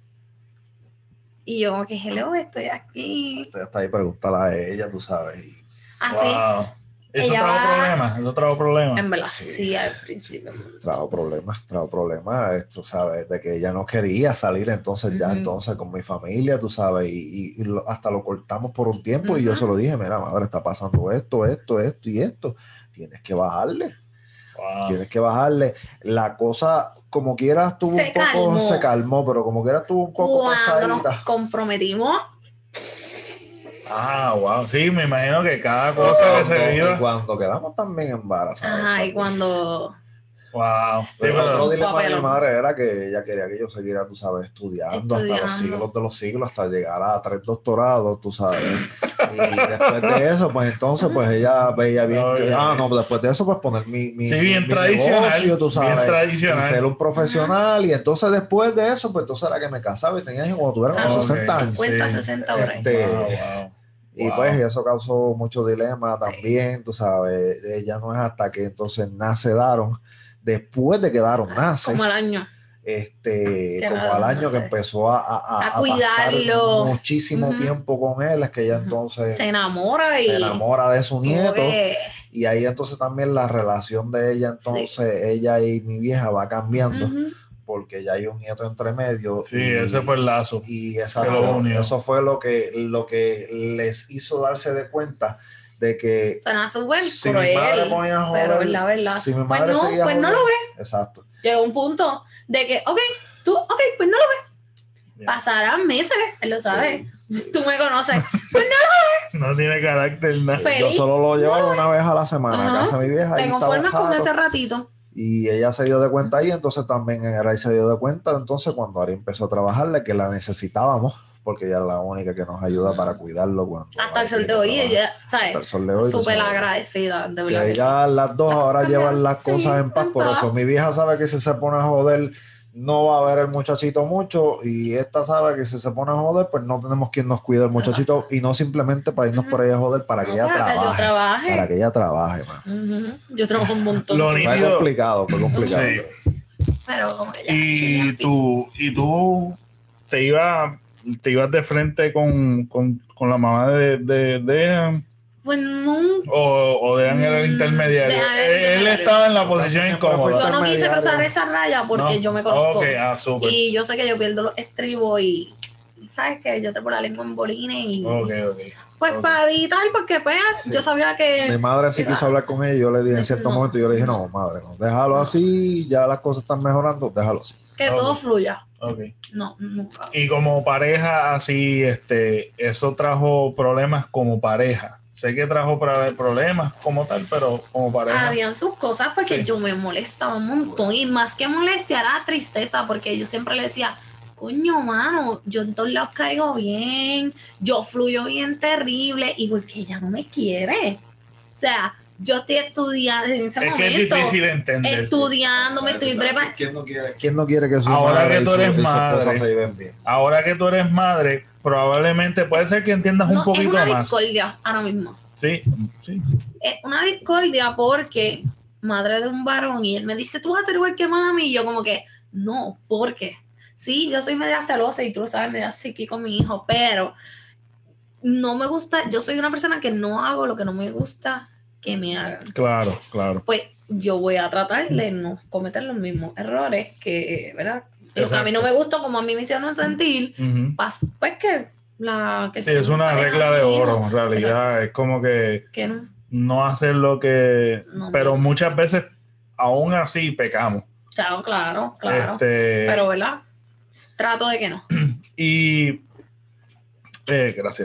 Y yo, como que hello, estoy aquí. Ella está ahí, pregúntala a ella, tú sabes. Y, Así. wow. Eso Ella trajo va- problemas, eso trajo problemas. En verdad, Sí. sí, al principio. trajo problemas, trajo problemas, esto, ¿sabes? De que ella no quería salir, entonces ya Ujú. entonces con mi familia, tú sabes, y, y- y lo- hasta lo cortamos por un tiempo y yo Ujú. se lo dije, mira, madre, está pasando esto, esto, esto y esto, tienes que bajarle, Wow. tienes que bajarle. La cosa, como quiera, estuvo Se un poco, calmó. se calmó, pero como quiera estuvo un poco Cuando nos pesadita. comprometimos, Ah, wow. Sí, me imagino que cada Y cosa que cuando, se y viva. cuando quedamos también embarazados. Ajá, y también. cuando... Wow. Sí, Pero otro pero, dilema de mi papelón. madre era que ella quería que yo siguiera, tú sabes, estudiando, hasta los Estudiando. siglos de los siglos, hasta llegar a tres doctorados, tú sabes. Y después de eso, pues entonces, pues ella veía bien que, Oye. ah, no, pues después de eso, pues poner mi, mi, Sí, mi- bien mi tradicional, negocio, tú bien sabes, tradicional. y ser un profesional. Y entonces después de eso, pues entonces era que me casaba y tenía hijos cuando tuviera como Ah, Ok, sesenta años. cincuenta, sí. sesenta por ahí. Este, Wow, wow. Y Wow. pues eso causó mucho dilema Sí. también, tú sabes. Ella no es hasta que entonces nace Daron. Después de que Daron nace, Como al año. este, Que como Daron al año que nace. empezó a, a, a- A a cuidarlo. pasar muchísimo Ujú. tiempo con él, es que ella Ujú. entonces Se enamora y... se enamora de su tuvo nieto. que- Y ahí entonces también la relación de ella, entonces ella y mi vieja va cambiando, Ujú. porque ya hay un nieto entre medio. Sí, y, ese fue el lazo. y que exacto, lo unió. eso fue lo que, lo que les hizo darse de cuenta de que Suena súper si mi cruel, madre ponía a joder, pero es la verdad. si mi Pues madre no, seguía pues no jodiendo- lo ves. Exacto. Llegó un punto de que, ok, tú, ok, pues no lo ves. Bien. Pasarán meses, él lo sabe. Sí, sí. Tú me conoces. No tiene carácter nada. Feliz. Yo solo lo llevaba una vez a la semana Ajá. a casa de mi vieja. Te y estaba conformas con jato. ese ratito. Y ella se dio de cuenta ahí, entonces también Aray se dio de cuenta, entonces cuando Ari empezó a trabajarle que la necesitábamos, porque ella era la única que nos ayuda Ujú. para cuidarlo cuando Hasta el Ari sol de tiene hoy, trabajo. ella, Hasta el ¿sabes? sol de hoy, tú Súper sabes. agradecida, de Que verdad. Que sí. ellas las dos Las ahora cambiaron. llevan las Sí, cosas en paz, en por paz. eso mi vieja sabe que si se pone a joder no va a ver el muchachito mucho, y esta sabe que si se pone a joder pues no tenemos quien nos cuide el muchachito, y no simplemente para irnos Ujú. por ahí a joder, para que No, ella para que yo trabaje, trabaje. para que ella trabaje, man. Ujú. Yo trabajo un montón. Lo Fue nítido- complicado, fue complicado. Sí. Pero como que ya. Y chillan, tú, y tú te ibas, te ibas de frente con, con, con la mamá de, de, de Pues nunca. o, o Dean era el Mm, intermediario. Dean era el Él, él intermediario. estaba en la Casi posición siempre fue incómoda. Yo no quise intermediario. cruzar esa raya porque ¿No? yo me conozco. Ok, ah, súper. Y yo sé que yo pierdo los estribos y. ¿Sabes qué? Yo te por la lengua en bolines y. Ok, ok. Pues ok. para evitar, porque pues Sí. yo sabía Mi que. madre sí Mira. quiso hablar con ella, y yo le dije en cierto No. momento, yo le dije, no, madre, no, déjalo No. así, ya las cosas están mejorando, déjalo así. Que Ok. todo fluya. Ok. No, nunca. Y como pareja, así, este, eso trajo problemas como pareja. Sé que trajo pra- problemas como tal, pero como pareja. Habían sus cosas porque Sí. yo me molestaba un montón. Y más que molestia era tristeza, porque yo siempre le decía, coño, mano, yo en todos lados caigo bien, yo fluyo bien terrible, y porque ella no me quiere. O sea, yo estoy estudiando en ese Es que momento. es difícil de entender. Estudiando, me estoy preparando. ¿Quién no quiere, quién no quiere que su Ahora madre que y tú su, eres y su esposa madre. se lleven bien? Ahora que tú eres madre, probablemente puede ser que entiendas un No, es poquito una más. discordia ahora mismo. Sí, sí. Es una discordia porque madre de un varón y él me dice, tú vas a ser igual que mami, y yo como que, no, porque sí, yo soy media celosa y tú lo sabes, media psiqui con mi hijo, pero no me gusta, yo soy una persona que no hago lo que no me gusta que me hagan. Claro, claro. Pues yo voy a tratar de no cometer los mismos errores que, ¿verdad? Lo que a mí no me gusta, como a mí me hicieron sentir, Ujú. pas- pues que la que Sí, es una pareja regla de mi hijo, oro, en realidad. Es como que que no, no hacer lo que... No, pero no. muchas veces, aún así, pecamos. claro, claro, claro. Este, Pero, ¿verdad? Trato de que no. Y... eh, gracias.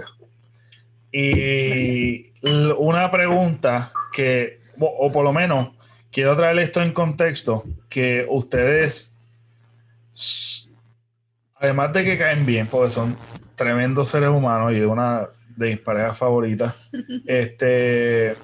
Y l- una pregunta que, o, o por lo menos, quiero traer esto en contexto, que ustedes, s- además de que caen bien, porque son tremendos seres humanos y una de mis parejas favoritas, este,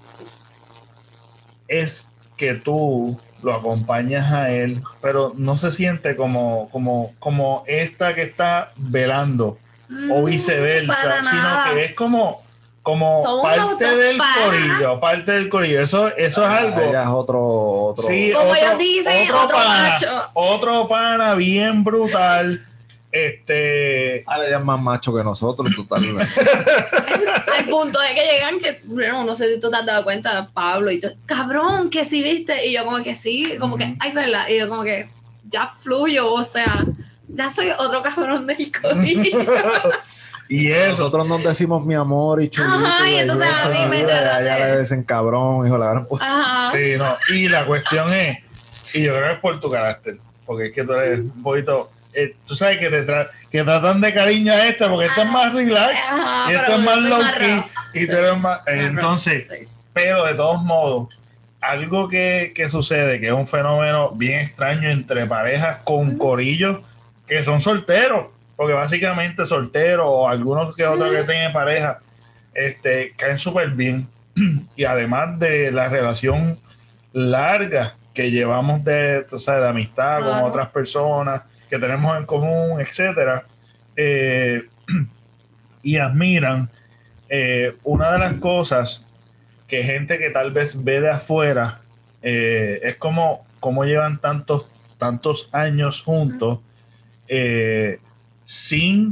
es que tú lo acompañas a él, pero no se siente como, como, como esta que está velando o viceversa, Para sino nada. que es como, como Somos parte otros del panas. corillo, parte del corillo. Eso, eso es algo. Ella es otro, otro. Sí, Como otro, ellos dicen, otro pana, macho. otro pana bien brutal. Este, Ah, ella es más macho que nosotros, total. Al punto de que llegan que, bueno, no sé si tú te has dado cuenta, Pablo, y tú, cabrón, que sí viste, y yo como que sí, como que, Ujú. ay, verdad, y yo como que, ya fluyo, o sea, ya soy otro cabrón del corillo. y eso. Nosotros nos decimos mi amor y chulito. Ajá, y entonces belleza, a mí me mi vida, tratan y a ella de- le dicen cabrón, hijo de la gran puta. Ajá. Sí, no. Y la cuestión es, y yo creo que es por tu carácter, porque es que tú eres un poquito, eh, tú sabes que te tra que tratan de cariño a esta porque esta es más relax Ajá, y esta pero es más yo soy low más key rough. y Sí. tú eres más eh, Más entonces rough, sí. pero de todos modos algo que, que sucede que es un fenómeno bien extraño entre parejas con corillos que son solteros, porque básicamente solteros o algunos que Sí. otros que tienen pareja este caen súper bien y además de la relación larga que llevamos de, tú sabes, de amistad Claro. con otras personas que tenemos en común, etcétera, eh, y admiran eh, una de las cosas que gente que tal vez ve de afuera eh, es como, como llevan tantos, tantos años juntos eh, sin,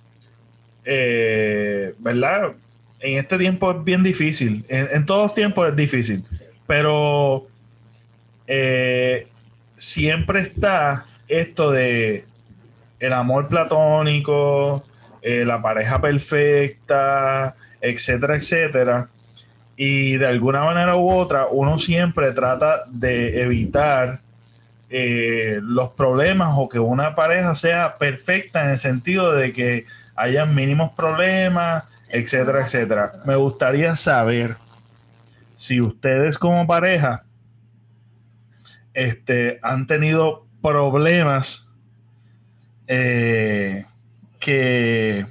eh, ¿verdad? En este tiempo es bien difícil, en, en todos tiempos es difícil, pero eh, siempre está esto de el amor platónico, eh, la pareja perfecta, etcétera, etcétera. Y de alguna manera u otra, uno siempre trata de evitar eh, los problemas o que una pareja sea perfecta en el sentido de que hayan mínimos problemas, etcétera, etcétera. Me gustaría saber si ustedes como pareja este, han tenido problemas eh, que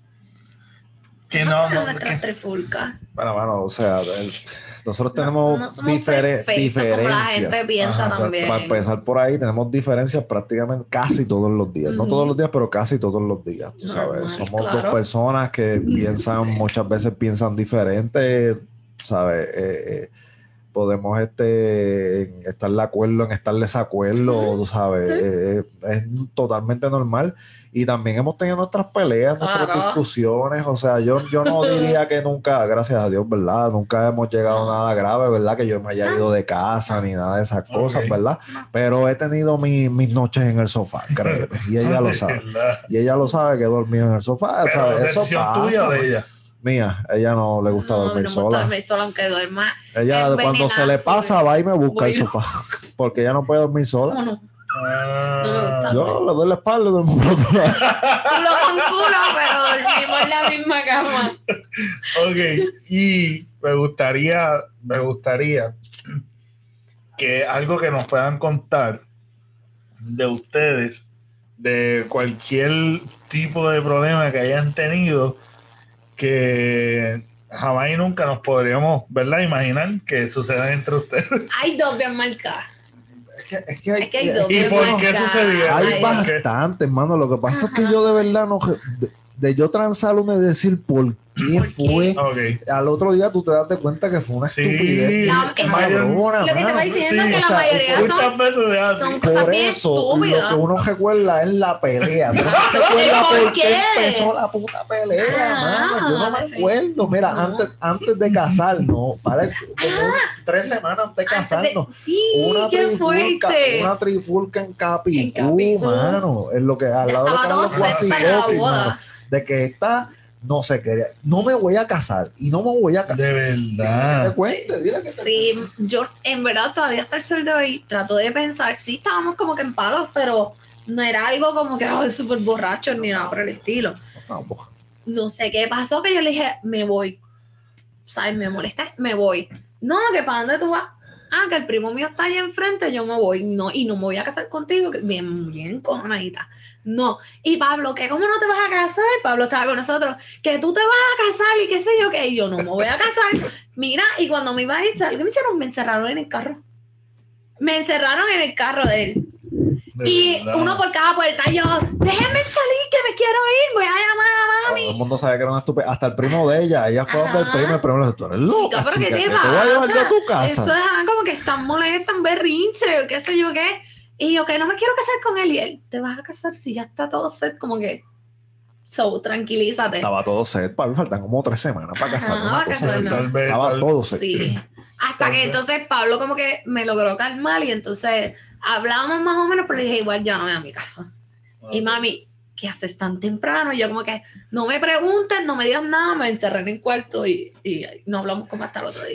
que no, no nuestras que, trifulcas. Bueno, bueno, o sea, el- nosotros No, tenemos no somos difere- perfectos como la gente diferencias. piensa Ajá, también. Para empezar por ahí, tenemos diferencias prácticamente casi todos los días. No Ujú. todos los días, pero casi todos los días. Tú sabes, Normal, somos claro. dos personas que piensan, Sí. muchas veces piensan diferente, ¿sabes? Eh, eh, podemos este, en estar de acuerdo, en estar desacuerdo, tú sabes, Sí. eh, es totalmente normal. Y también hemos tenido nuestras peleas, nuestras Claro. discusiones, o sea, yo, yo no diría que nunca, gracias a Dios, ¿verdad? Nunca hemos llegado a nada grave, ¿verdad? Que yo me haya ido de casa ni nada de esas cosas, Ok. ¿verdad? Pero he tenido mi- mis noches en el sofá, créeme, y ella lo sabe. Y ella lo sabe que he dormido en el sofá, Pero ¿sabes? Eso decisión pasa, tuya o de pues. ella. Mía, ella no le gusta No, dormir no me gusta sola. dormir sola, aunque duerma. Ella envenenada, cuando se le pasa va y me busca Voy el yo. sofá porque ella no puede dormir sola. ¿Cómo no? Ah, No me gusta. Yo le doy la espalda y duermo por otro lado. Culo con culo, pero dormimos en la misma cama. Ok, y me gustaría, me gustaría que algo que nos puedan contar de ustedes, de cualquier tipo de problema que hayan tenido, que jamás y nunca nos podríamos, ¿verdad? Imaginar que suceda entre ustedes. Hay dos bien marcadas. Es que, es que hay, Es que hay es dos que ¿Y bien por qué marcadas. sucedieron? hay Ay, ¿Por Dios. qué? bastante, hermano. Lo que pasa es que Ajá. yo de verdad no. De, de yo transar uno y decir por qué ¿Por qué? fue. Ok. Al otro día tú te das de cuenta que fue una Sí. estupidez. La- bien es- cabrona, Lo que te mano. va diciendo Sí, que o la sea, mayoría por- Muchas son, veces se hace. son cosas Por bien eso, lo estúpidas. que uno recuerda es la pelea. Tú no te recuerdas ¿Por por qué qué? empezó la puta pelea, Ah, mano. Yo no me sí. acuerdo. Mira, No. antes, antes de casarnos, para como un- tres semanas antes de Antes casarnos, de- Sí, una qué trifulca, fuerte. una trifulca en Capicú, En Capicú. mano. En lo que al Ya lado de lo estaba que todo eran los set para la Guasicoquis, boda. mano. De que esta no se quería. No me voy a casar y no me voy a casar. De Que verdad. te cuente, dile que te Sí, yo en verdad todavía hasta el sol de hoy trato de pensar, sí estábamos como que en palos, pero no era algo como que oh, súper borracho ni nada por el estilo. No, pues. No sé qué pasó que yo le dije, me voy. ¿Sabes? Me molesta, me voy. No, que para dónde tú vas. Ah, que el primo mío está ahí enfrente, yo me voy. No, y no me voy a casar contigo, que bien, bien cojonadita. No. Y Pablo, ¿qué? ¿Cómo no te vas a casar? Pablo estaba con nosotros. Que tú te vas a casar y qué sé yo qué. Y yo no me voy a casar. Mira, y cuando me iba a ir, ¿sabes qué me hicieron? Me encerraron en el carro. Me encerraron en el carro de él. De Y verdad. uno por cada puerta. Y yo, déjenme salir, que me quiero ir. Voy a llamar a Todo mami. el mundo sabe que era una estupidez. Hasta el primo de ella. Ella fue donde el Ajá. primo. El primo le dijo: tú eres loca, Chica, pero ¿qué chica, te que te voy a llevar yo a tu pasa? casa. Eso es ah, como que están molestas, en berrinche, o qué sé yo qué. Y yo, que no me quiero casar con él. Y él, ¿te vas a casar si ya está todo set? Como que, so, tranquilízate. Estaba todo set, para faltan como tres semanas para Ajá, casarnos. Una para cosa así. casarnos. Tal vez, Estaba tal- todo set. Sí. Hasta Tal que vez. entonces Pablo como que me logró calmar y entonces hablábamos más o menos, pero le dije, igual ya no voy a mi casa. Y mami, ¿qué haces tan temprano? Y yo como que, no me preguntes, no me digas nada, me encerré en el cuarto y, y no hablamos como hasta el otro día.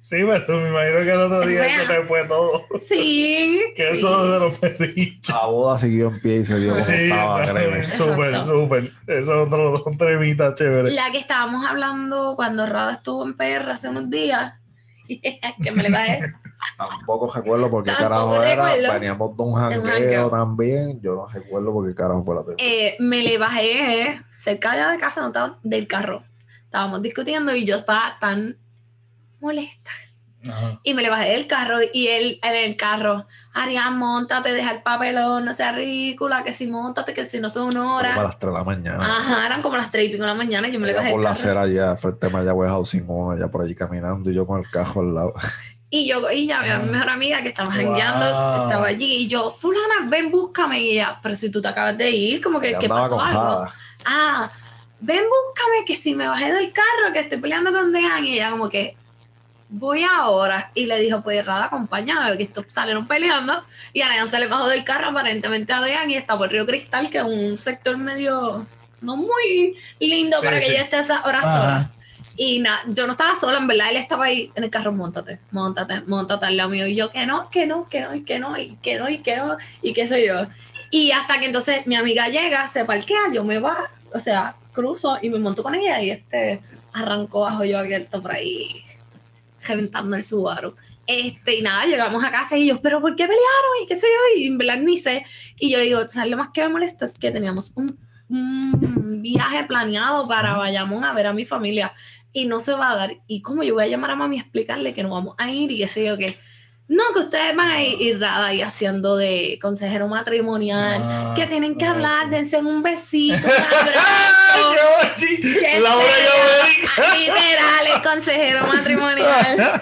Sí, pero me imagino que el otro Es día fea. se te fue todo. Sí. Que sí. eso de los perrichos. La boda siguió en pie y se dio como Sí, estaba, créeme. súper, Exacto. súper. Eso es otro, otro temita chévere. La que estábamos hablando cuando Rada estuvo en P R hace unos días, que me le bajé. Tampoco recuerdo por qué Tampoco carajo era. recuerdo. Veníamos de un un jangueo jangueo. también. Yo no recuerdo por qué carajo fue la temporada. Eh, me le bajé cerca allá de casa, no estaba del carro. Estábamos discutiendo y yo estaba tan molesta. Ajá. Y me le bajé del carro y él en el carro, Arián, montate, deja el papelón, no seas ridícula, que si montate, que si no son una Como a hora. las tres de la mañana. Ajá, eran como las tres y pico de la mañana y yo me le Ella bajé por del la carro. acera allá, frente a Mayagüez Housing uno, allá por allí caminando y yo con el cajo al lado. Y yo, y ya, Ah. mi mejor amiga que estaba Wow. jangueando, estaba allí y yo, fulana, ven, búscame. Y ella, pero si tú te acabas de ir, como que, Ella ¿qué andaba pasó con algo? Jada. Ah, ven, búscame, que si me bajé del carro, que estoy peleando con Dejan. Y ella como que, voy ahora. Y le dijo, pues Rada, acompáñame, que estos salieron peleando. Y Arián se le bajó del carro aparentemente a Dejan y está por Río Cristal, que es un sector medio, no muy lindo Sí, para que sí. ella esté a esas horas Ajá. sola. Y nada, yo no estaba sola, en verdad, él estaba ahí en el carro, móntate, móntate, móntate al lado mío. Y yo, que no, que no, que no, y que no, y que no, y que no, y qué sé yo. Y hasta que entonces mi amiga llega, se parquea, yo me va, o sea, cruzo y me monto con ella y este arrancó bajo yo abierto por ahí, reventando el Subaru. Este, y nada, llegamos a casa y yo, pero ¿por qué pelearon? Y qué sé yo, y en verdad ni sé. Y yo le digo, ¿sabes lo más que me molesta? Es que teníamos un, un viaje planeado para Bayamón a ver a mi familia y no se va a dar. Y como yo voy a llamar a mami a explicarle que no vamos a ir y qué sé yo, que no, que ustedes van a ir, ir Rada ahí haciendo de consejero matrimonial, Ah, que tienen que ah, hablar, sí. dense un besito, un abrazo. ¡Qué Que Laura sea, Gabriel. literal, el consejero matrimonial.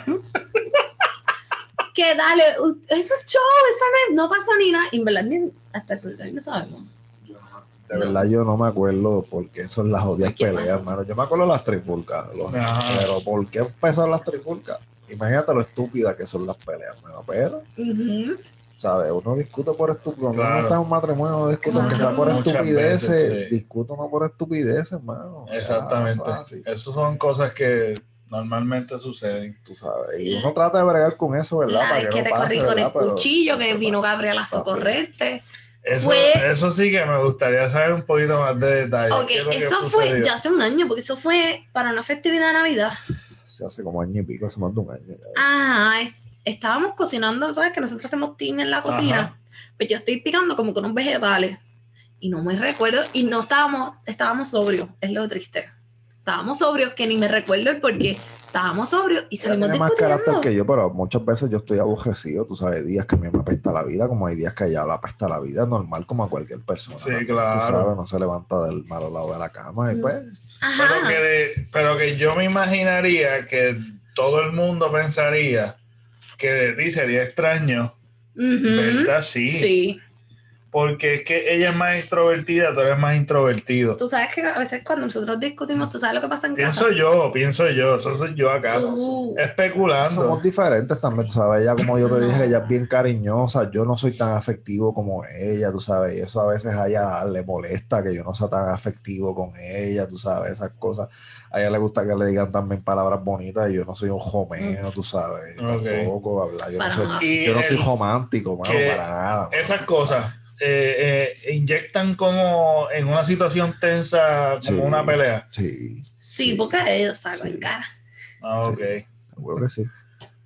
Que dale, u- eso es show, eso no, es- no pasó ni nada. Y en verdad, ni hasta el sol de hoy no sabemos. De verdad yo no me acuerdo porque son las jodidas ¿Qué peleas, pasa? hermano. Yo me acuerdo de las trifulcas, los- Ajá. pero ¿por qué empezaron las trifulcas? Imagínate lo estúpidas que son las peleas, ¿no? Pero, Ujú. ¿sabes? Uno discute por estupidez. Cuando Claro. uno está en un matrimonio, no discute Claro. que sea por Muchas estupideces, veces, sí. discute uno por estupideces, hermano. Ya, Exactamente. eso es así, Esas son cosas que normalmente suceden. tú sabes. Y uno trata de bregar con eso, ¿verdad? La Para vez que que no te pase, corrí con el ¿verdad? Pero cuchillo, que siempre vino pasa. Gabriela a socorrerte. Eso, Fue- eso sí que me gustaría saber un poquito más de detalle. Ok, ¿Qué es lo que eso fue sucedió? ya hace un año, porque eso fue para una festividad de Navidad. Se hace como año y pico, hace más de un año. ya. Ajá, es- estábamos cocinando, ¿sabes? Que nosotros hacemos team en la cocina. Ajá. Pues yo estoy picando como con unos vegetales. Y no me recuerdo, y no estábamos, estábamos sobrios, es lo triste. Estábamos sobrios, que ni me recuerdo el por qué. Estábamos sobrios y Ella salimos tiene más carácter discutiendo. que yo, pero muchas veces yo estoy aborrecido, tú sabes, días que a mí me apesta la vida, como hay días que a ella le apesta la vida, normal como a cualquier persona. Sí, también, claro. Tú sabes, no se levanta del malo lado de la cama y Mm. pues, Ajá. Pero que, de- pero que yo me imaginaría que todo el mundo pensaría que de ti sería extraño, Ujú. ¿verdad? Sí. Sí. Porque es que ella es más extrovertida, tú eres más introvertido. Tú sabes que a veces cuando nosotros discutimos, tú sabes lo que pasa en Pienso casa. yo, pienso yo, eso soy yo acá, Tú- especulando. somos diferentes también, tú sabes, ella como yo te dije, No. ella es bien cariñosa, yo no soy tan afectivo como ella, tú sabes, y eso a veces a ella le molesta que yo no sea tan afectivo con ella, tú sabes, esas cosas. A ella le gusta que le digan también palabras bonitas y yo no soy un jomeno, tú sabes, Ok. tampoco hablar, yo no Para soy, nada. Y yo no soy el- romántico, mano, que para nada. mano, esas tú cosas sabes. eh, eh, inyectan como en una situación tensa, como Sí. una pelea. Sí, Sí, porque ellos sacan Sí. cara. Ah, ok. seguro que sí.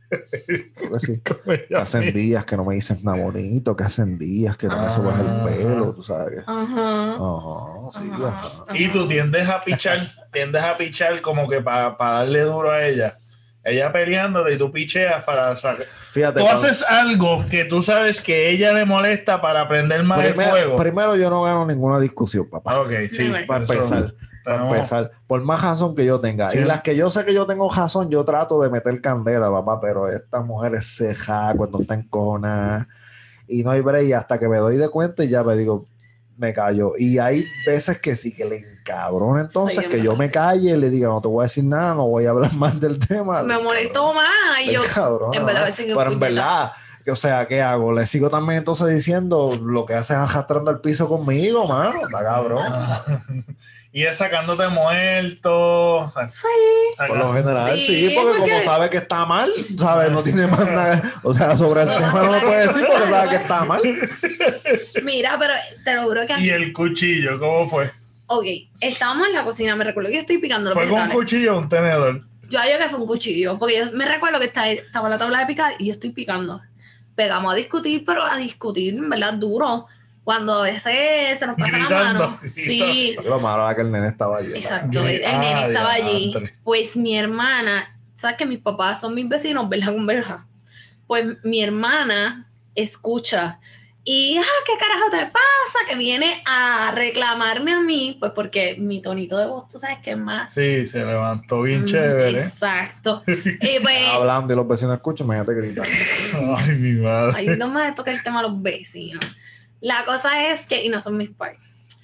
Seguro que sí. Como Que ella hacen misma. días que no me dicen nada bonito, que hacen días que no me Ah. sobas el pelo, tú sabes que. Ajá. Ajá, sí, Ajá. ajá. Y tú tiendes a pichar, tiendes a pichar como que para darle duro a ella. Ella peleándote y tú picheas para sacar. Fíjate, Tú cuando- haces algo que tú sabes que ella le molesta para prender más el primero, fuego. primero yo no gano ninguna discusión, papá. Ok, sí. Never. Para eso- empezar, para tenemos- empezar, por más razón que yo tenga. Sí. Y las que yo sé que yo tengo razón, yo trato de meter candela, papá, pero esta mujer es ceja cuando está encojonada y no hay break y hasta que me doy de cuenta y ya me digo, me callo. Y hay veces que sí que le encabrona entonces Sí, que me yo me pasa. calle y le diga, no te voy a decir nada, no voy a hablar más del tema. Me molestó más y yo, Cabrón, en verdad, a ¿no? veces que pero en puñeta. verdad, o sea, ¿qué hago? ¿Le sigo también entonces diciendo lo que haces arrastrando el piso conmigo, mano? Está cabrón. Y es sacándote muerto. O sea, Sí. saca- Por lo general, sí, Sí, porque, porque- como sabe que está mal, ¿sabes? No tiene más nada. O sea, sobre el No, tema no lo puede decir porque sabe que está mal. Mira, pero te lo juro que... Y el cuchillo, ¿cómo fue? Ok, estábamos en la cocina, me recuerdo que yo estoy picando los ¿Fue con un vegetales. cuchillo o un tenedor? Yo hallo que fue un cuchillo, porque yo me recuerdo que está- estaba la tabla de picar y yo estoy picando. Pegamos a discutir, pero a discutir, en verdad, duro. Cuando a veces se nos pasa la Gritando, mano. gritando. Sí, Lo malo era que el nene estaba allí. exacto. Gri- El nene Ah, estaba allí. diantre. Pues mi hermana, ¿sabes que mis papás son mis vecinos, verja con verja? Pues mi hermana escucha y, ah, ¿qué carajo te pasa? Que viene a reclamarme a mí, pues porque mi tonito de voz, tú sabes que es más... Sí, se levantó bien Mm, chévere. Exacto. Y pues, Hablando y los vecinos escuchan, imagínate gritando. Ay, mi madre. ahí no me toca el tema a los vecinos. La cosa es que, y no son mis pais,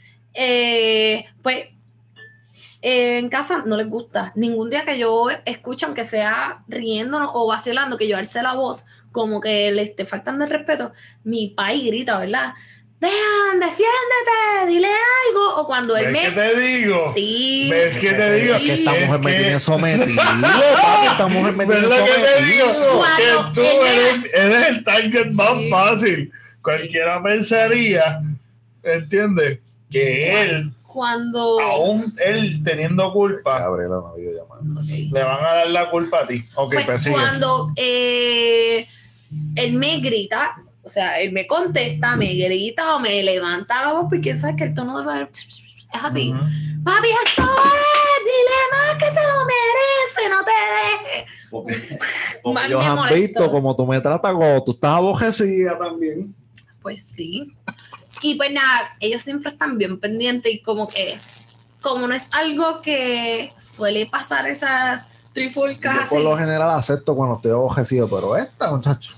eh, pues eh, en casa no les gusta. Ningún día que yo escuche, aunque sea riéndonos o vacilando, que yo alce la voz, como que le esté faltando el respeto, mi pai grita, ¿verdad? Dejan, defiéndete, dile algo. O cuando él ¿Ves me... que te digo? Sí. ¿Ves que te digo? Es que esta Es mujer me que- tiene sometido, papi, esta mujer me tiene ¿Ves lo que te digo? sometido. Cuando Que tú ella- eres, eres el target Sí. más fácil. Cualquiera pensaría, ¿entiendes? Que él, Cuando... aún él teniendo culpa, Gabriela, una videollamada. Ok. le van a dar la culpa a ti. Ok, Pues pues sigue. cuando eh, él me grita, o sea, él me contesta, me grita o me levanta la voz, porque sabes que el tono de voz es así. Ujú. Papi, eso es, dile más que se lo merece, no te dejes. Porque, Más porque me ellos han molestó. visto como tú me tratas, como tú estás abojecida también. Pues sí. Y pues nada, ellos siempre están bien pendientes y como que, como no es algo que suele pasar esas trifulcas Yo así, por lo general acepto cuando estoy abojecido, pero esta, muchacho.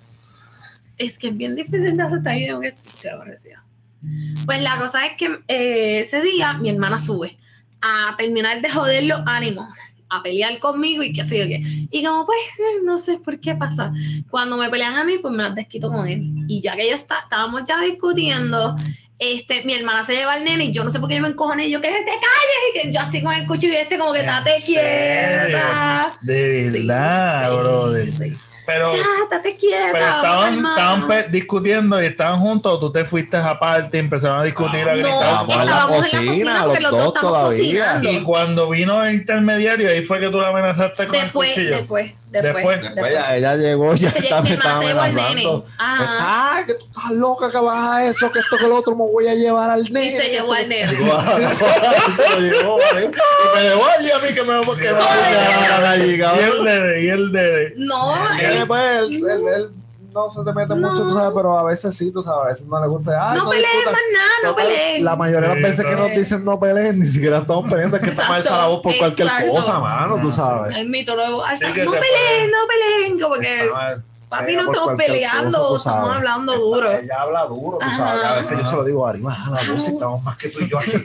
es que es bien difícil de aceptar y tengo que ser aborrecida. Pues la cosa es que eh, ese día mi hermana sube a terminar de joder los ánimos, a pelear conmigo y qué sé yo qué. Y como pues, eh, no sé por qué pasa. Cuando me pelean a mí, pues me las desquito con él. Y ya que yo está, estábamos ya discutiendo, este, mi hermana se lleva al nene y yo no sé por qué yo me encojoné y yo que se te calles y que yo así con el cuchillo y este como que ¿En estate quieta. De Sí, verdad, sí, brother. sí. Pero, Ya, estate quieta. pero estaban, hermano. estaban pe- discutiendo y estaban juntos, o tú te fuiste aparte y empezaron a discutir, a No, gritar. Estábamos en la estábamos en la cocina, cocina porque los los dos dos estamos todavía. cocinando. Y cuando vino el intermediario, ahí fue que tú la amenazaste con Después, el cuchillo. después, después, Después. Después ella, ella llegó, ya Se lle- está, mi me hermana estaba se llevó al nene. amenazando. Ajá. Ay, que tú estás loca, que vas a eso, que esto, que lo otro, me voy a llevar al nene. Y se llevó al nene. Se lo llevó, ¿vale? Y me dejó allí a mí que me, que me llevaran allí, Y el cabrón. de, y el de. No, Y él- después él, él, él no se te mete No. mucho, tú sabes, pero a veces sí, tú sabes, a veces no le gusta. Ay, no peleen discutan. más nada, no Total, peleen. La mayoría de las veces que nos dicen no peleen, ni siquiera estamos peleando, es que estamos Exacto, alza la voz por cualquier exacto. cosa, mano, tú sabes. El mito nuevo. Sí, que no se peleen, no peleen. Como que, Estamos- papi, pelea no por estamos cualquier peleando, cosa, tú estamos sabes. hablando duro. Ella habla duro, tú Ajá. sabes. A veces yo se lo digo, Ari, baja la voz y estamos más que tú y yo aquí.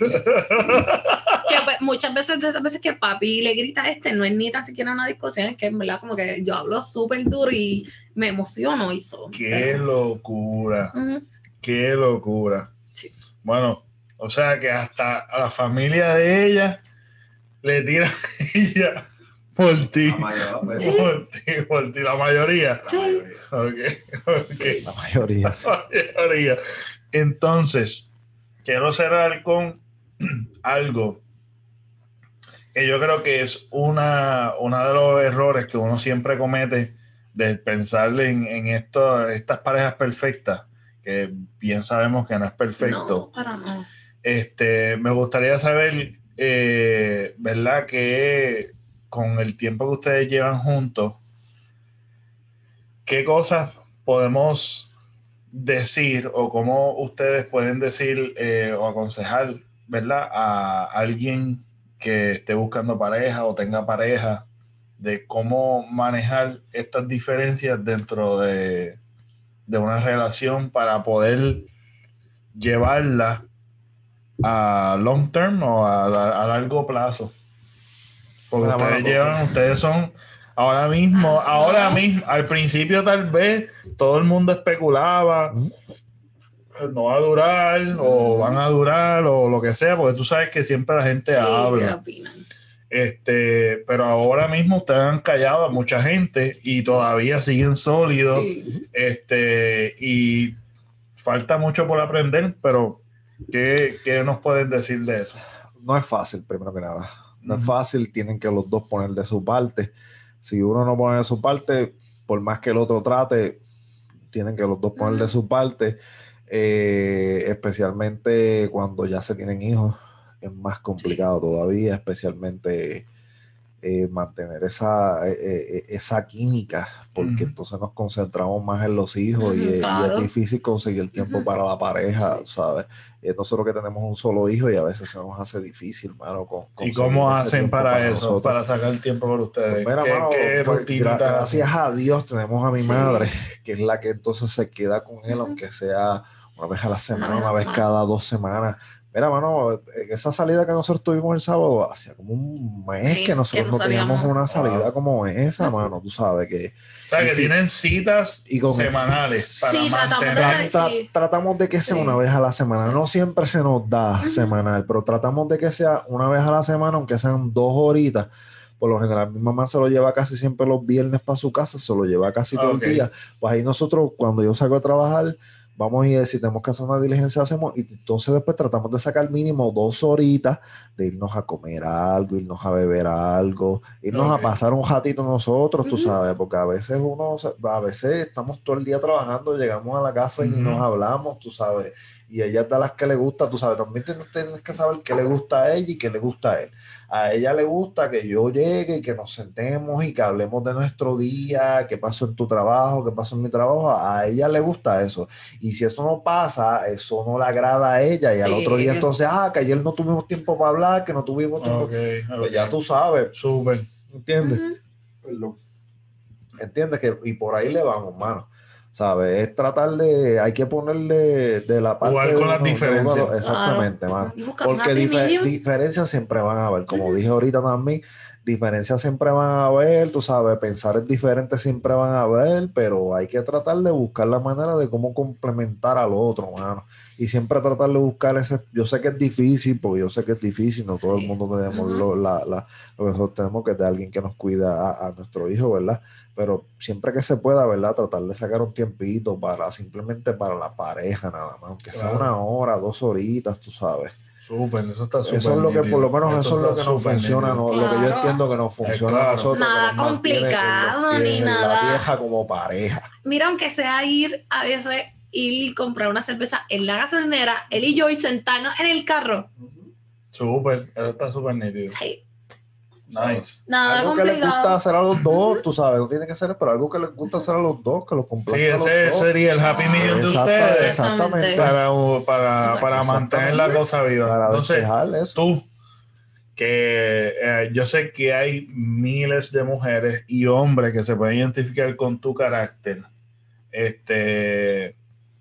Que pues, muchas veces de esas veces que papi le grita a este, no es ni tan siquiera una discusión, es que en verdad como que yo hablo súper duro y me emociono y eso. Qué locura. Ujú. Qué locura. Sí. Bueno, o sea que hasta a la familia de ella le tira a ella por ti. Por ti, por ti, la mayoría. Sí. Ok, ok. La mayoría. sí. La mayoría. Entonces, quiero cerrar con algo que yo creo que es una, uno de los errores que uno siempre comete de pensar en, en esto, estas parejas perfectas, que bien sabemos que no es perfecto. No, para nada. Este, me gustaría saber, eh, ¿verdad? Que con el tiempo que ustedes llevan juntos, ¿qué cosas podemos decir o cómo ustedes pueden decir eh, o aconsejar, ¿verdad? A alguien que esté buscando pareja o tenga pareja, de cómo manejar estas diferencias dentro de, de una relación para poder llevarla a long term o a, a largo plazo. Porque Bueno, ustedes bueno, llevan, ustedes son Ahora mismo, Ajá. ahora mismo, al principio tal vez todo el mundo especulaba, no va a durar, mm. o van a durar, o lo que sea, porque tú sabes que siempre la gente sí, habla. opinan. Este, pero ahora mismo ustedes han callado a mucha gente y todavía siguen sólidos. Sí. Este, y falta mucho por aprender, pero ¿qué, qué nos pueden decir de eso? No es fácil, primero que nada. No uh-huh. es fácil, tienen que los dos poner de su parte. Si uno no pone de su parte, por más que el otro trate, tienen que los dos poner uh-huh. de su parte. Eh, especialmente cuando ya se tienen hijos, es más complicado sí. todavía, especialmente eh, mantener esa, eh, esa química, porque uh-huh. entonces nos concentramos más en los hijos uh-huh, y, claro. y es difícil conseguir tiempo uh-huh. para la pareja, sí. ¿sabes? Eh, nosotros que tenemos un solo hijo y a veces se nos hace difícil, mano. Con, ¿Y cómo hacen para, para eso, nosotros? Para sacar el tiempo por ustedes? Pues mira, ¿Qué, mano, qué pues, rutina gra- gracias a Dios tenemos a mi sí. madre, que es la que entonces se queda con él, uh-huh. aunque sea una vez a la semana, una, una vez cada dos semanas. Mira, mano, esa salida que nosotros tuvimos el sábado, hacía como un mes que nosotros que no, no teníamos una salida wow. como esa, mano, tú sabes que... O sea, que sí, tienen citas y con semanales sí, para mantener... Tratamos de, tra- sí. tratamos de que sea sí. una vez a la semana, sí. no siempre se nos da uh-huh. semanal, pero tratamos de que sea una vez a la semana, aunque sean dos horitas. Por lo general, mi mamá se lo lleva casi siempre los viernes para su casa, se lo lleva casi todo okay. el día. Pues ahí nosotros, cuando yo salgo a trabajar... Vamos y si tenemos que hacer una diligencia, hacemos, y entonces después tratamos de sacar mínimo dos horitas de irnos a comer algo, irnos a beber algo, irnos okay. a pasar un ratito nosotros, uh-huh. tú sabes, porque a veces uno, a veces estamos todo el día trabajando, llegamos a la casa uh-huh. y ni nos hablamos, tú sabes, y ella es de las que le gusta, tú sabes, también tienes, tienes que saber qué le gusta a ella y qué le gusta a él. A ella le gusta que yo llegue y que nos sentemos y que hablemos de nuestro día, qué pasó en tu trabajo, qué pasó en mi trabajo. A ella le gusta eso. Y si eso no pasa, eso no le agrada a ella. Y sí. al otro día entonces, ah, que ayer no tuvimos tiempo para hablar, que no tuvimos tiempo. Okay, okay. Pues ya tú sabes. Súper. ¿Entiendes? Uh-huh. ¿Entiendes? Que, y por ahí le vamos, mano. ¿Sabes? Es tratar de... Hay que ponerle de la parte... Jugar con de, las no, diferencias. De, exactamente, claro. mano. Porque difer- diferencias siempre van a haber. Como uh-huh. dije ahorita también, diferencias siempre van a haber, tú sabes, pensar es diferente siempre van a haber, pero hay que tratar de buscar la manera de cómo complementar al otro, mano. Y siempre tratar de buscar ese... Yo sé que es difícil, porque yo sé que es difícil, no todo sí. el mundo tenemos uh-huh. lo, la, la, lo que nosotros tenemos, que es de alguien que nos cuida a, a nuestro hijo, ¿verdad? Pero siempre que se pueda, ¿verdad? Tratar de sacar un tiempito para simplemente para la pareja nada más, aunque claro. sea una hora, dos horitas, tú sabes. Súper, eso está súper. Eso es lo que, por lo menos, Esto eso es lo que nos funciona, no, claro. lo que yo entiendo que nos funciona claro. a nosotros. Nada que nos complicado pies, ni nada. La vieja como pareja. Mira, aunque sea ir a veces ir y comprar una cerveza en la gasolinera, él y yo, y sentarnos en el carro. Súper, eso está súper nítido. Sí. Nice. Nada algo complicado. que les gusta hacer a los dos, tú sabes, no tiene que ser, pero algo que les gusta hacer a los dos, que los complazca sí, a los ese dos. sería el happy medium de Exacto, ustedes. Exactamente. Para, para, para mantener la cosa viva. Para Entonces, eso. tú, que eh, yo sé que hay miles de mujeres y hombres que se pueden identificar con tu carácter. Este,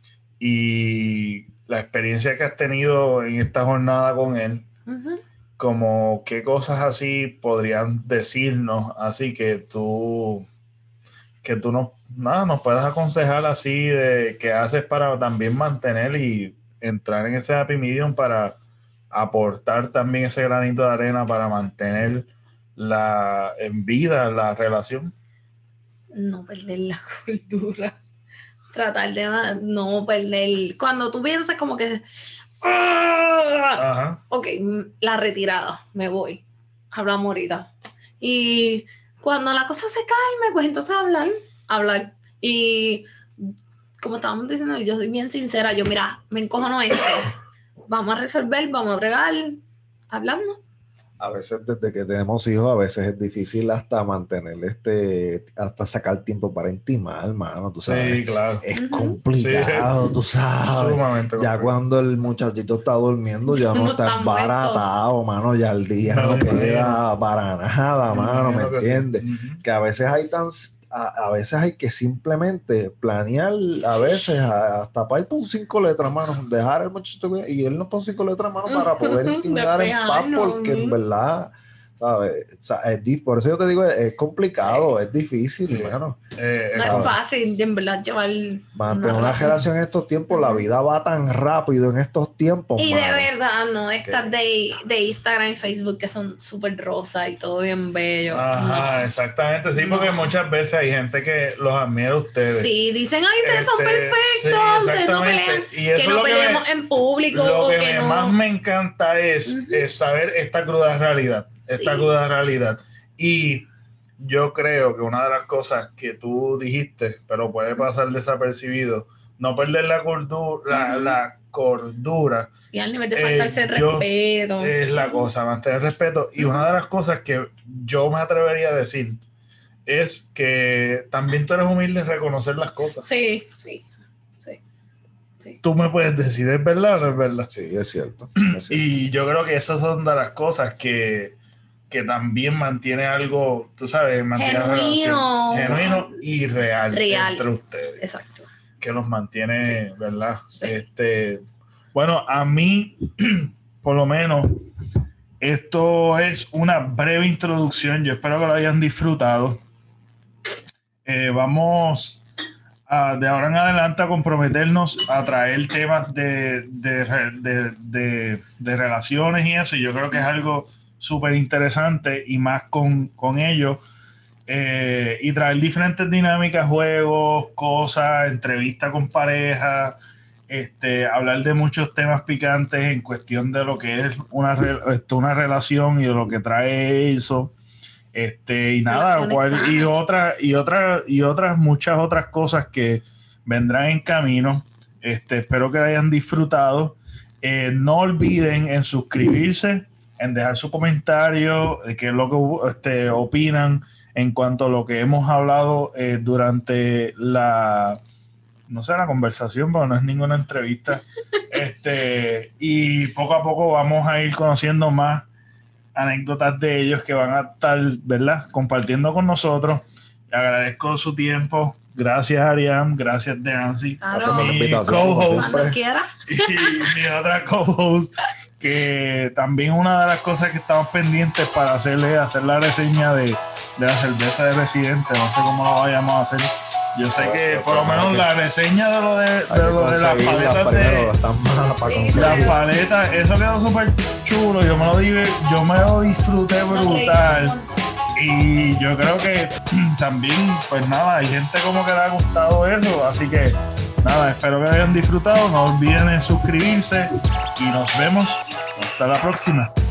y la experiencia que has tenido en esta jornada con él. Uh-huh. Como qué cosas así podrían decirnos, así que tú que tú nos, nada, nos puedas aconsejar así de qué haces para también mantener y entrar en ese happy medium para aportar también ese granito de arena para mantener la en vida la relación. No perder la cultura, tratar de no perder, cuando tú piensas como que Ajá. ok, la retirada, me voy, hablamos ahorita. Y cuando la cosa se calme, pues entonces hablar, hablar. Y como estábamos diciendo, yo soy bien sincera, yo mira, me encojono esto, vamos a resolver, vamos a bregar, hablando. A veces desde que tenemos hijos, a veces es difícil hasta mantener este, hasta sacar tiempo para intimar, hermano, tú sabes. Sí, claro. Es uh-huh. complicado, sí. tú sabes. Sumamente ya cuando el muchachito está durmiendo, ya no está embaratado, mano, ya el día no, no queda para nada, mano, ¿me entiendes? Que, uh-huh. que a veces hay tan... A, a veces hay que simplemente planear, a veces hasta para ir por cinco letras, mano, dejar el muchacho y él no por cinco letras, mano, para poder intimidar en paz, porque en verdad, ¿sabes? O sea, es dif- por eso yo te digo, es, es complicado, Sí. es difícil, Sí. hermano. Eh, No ¿sabes? es fácil, en verdad, llevar Mantener una relación. relación en estos tiempos, la vida va tan rápido en estos tiempos, Y de mano. verdad, no, estas de, de Instagram y Facebook que son súper rosas y todo bien bello. Ajá, No. exactamente, sí, porque No. muchas veces hay gente que los admira a ustedes. Sí, dicen, ay, ustedes son Este, perfectos, sí, ustedes no exactamente. pelean, Y eso que es no lo que peleemos me- en público, Lo o que, que me- no... más me encanta es, Ujú. es saber esta cruda realidad, esta Sí. cruda realidad. Y yo creo que una de las cosas que tú dijiste, pero puede pasar desapercibido, no perder la cordura, la, Ujú. la cordura Sí, al nivel de Eh, faltarse el yo- respeto. es la cosa, mantener respeto. Y una de las cosas que yo me atrevería a decir es que también tú eres humilde en reconocer las cosas. Sí, sí, sí, sí. Tú me puedes decir, ¿es verdad o no es verdad? Sí, es cierto. Es cierto. Y yo creo que esas son de las cosas que, que también mantiene algo, tú sabes, mantiene una Genuino. relación genuino y real, Real. entre ustedes, Exacto. que los mantiene, ¿verdad? Sí. Este, bueno, a mí, por lo menos, esto es una breve introducción. Yo espero que lo hayan disfrutado. Eh, vamos a, de ahora en adelante a comprometernos a traer temas de, de, de, de, de relaciones y eso. Y yo creo que es algo súper interesante y más con, con ello. Eh, y traer diferentes dinámicas, juegos, cosas, entrevistas con pareja, este, hablar de muchos temas picantes en cuestión de lo que es una, re- este, una relación y de lo que trae eso. Este, y nada, Relaciones cual- y sanas. otras, y otras, y otras, muchas otras cosas que vendrán en camino. Este, espero que hayan disfrutado. Eh, no olviden en suscribirse, en dejar su comentario, de qué es lo que este, opinan en cuanto a lo que hemos hablado eh, durante la, no sé, la conversación, pero no es ninguna entrevista. Este, y poco a poco vamos a ir conociendo más anécdotas de ellos que van a estar, ¿verdad?, compartiendo con nosotros. Le agradezco su tiempo. Gracias, Ariam. Gracias, Nancy. Claro. Gracias por la Mi invitación, como co-host Cuando siempre. quiera. y mi otra co-host, que también una de las cosas que estamos pendientes para hacerle hacer la reseña de, de la cerveza de Residente. No sé cómo lo vayamos a hacer. Yo sé que por lo menos la reseña de lo de, de, Hay que lo de las conseguirlas paletas primero, de están malas para Sí, conseguir. las paletas, eso quedó súper chulo. Yo me lo di- yo me lo disfruté brutal. Y yo creo que también, pues nada, hay gente como que le ha gustado eso. Así que nada, espero que hayan disfrutado. No olviden suscribirse y nos vemos hasta la próxima.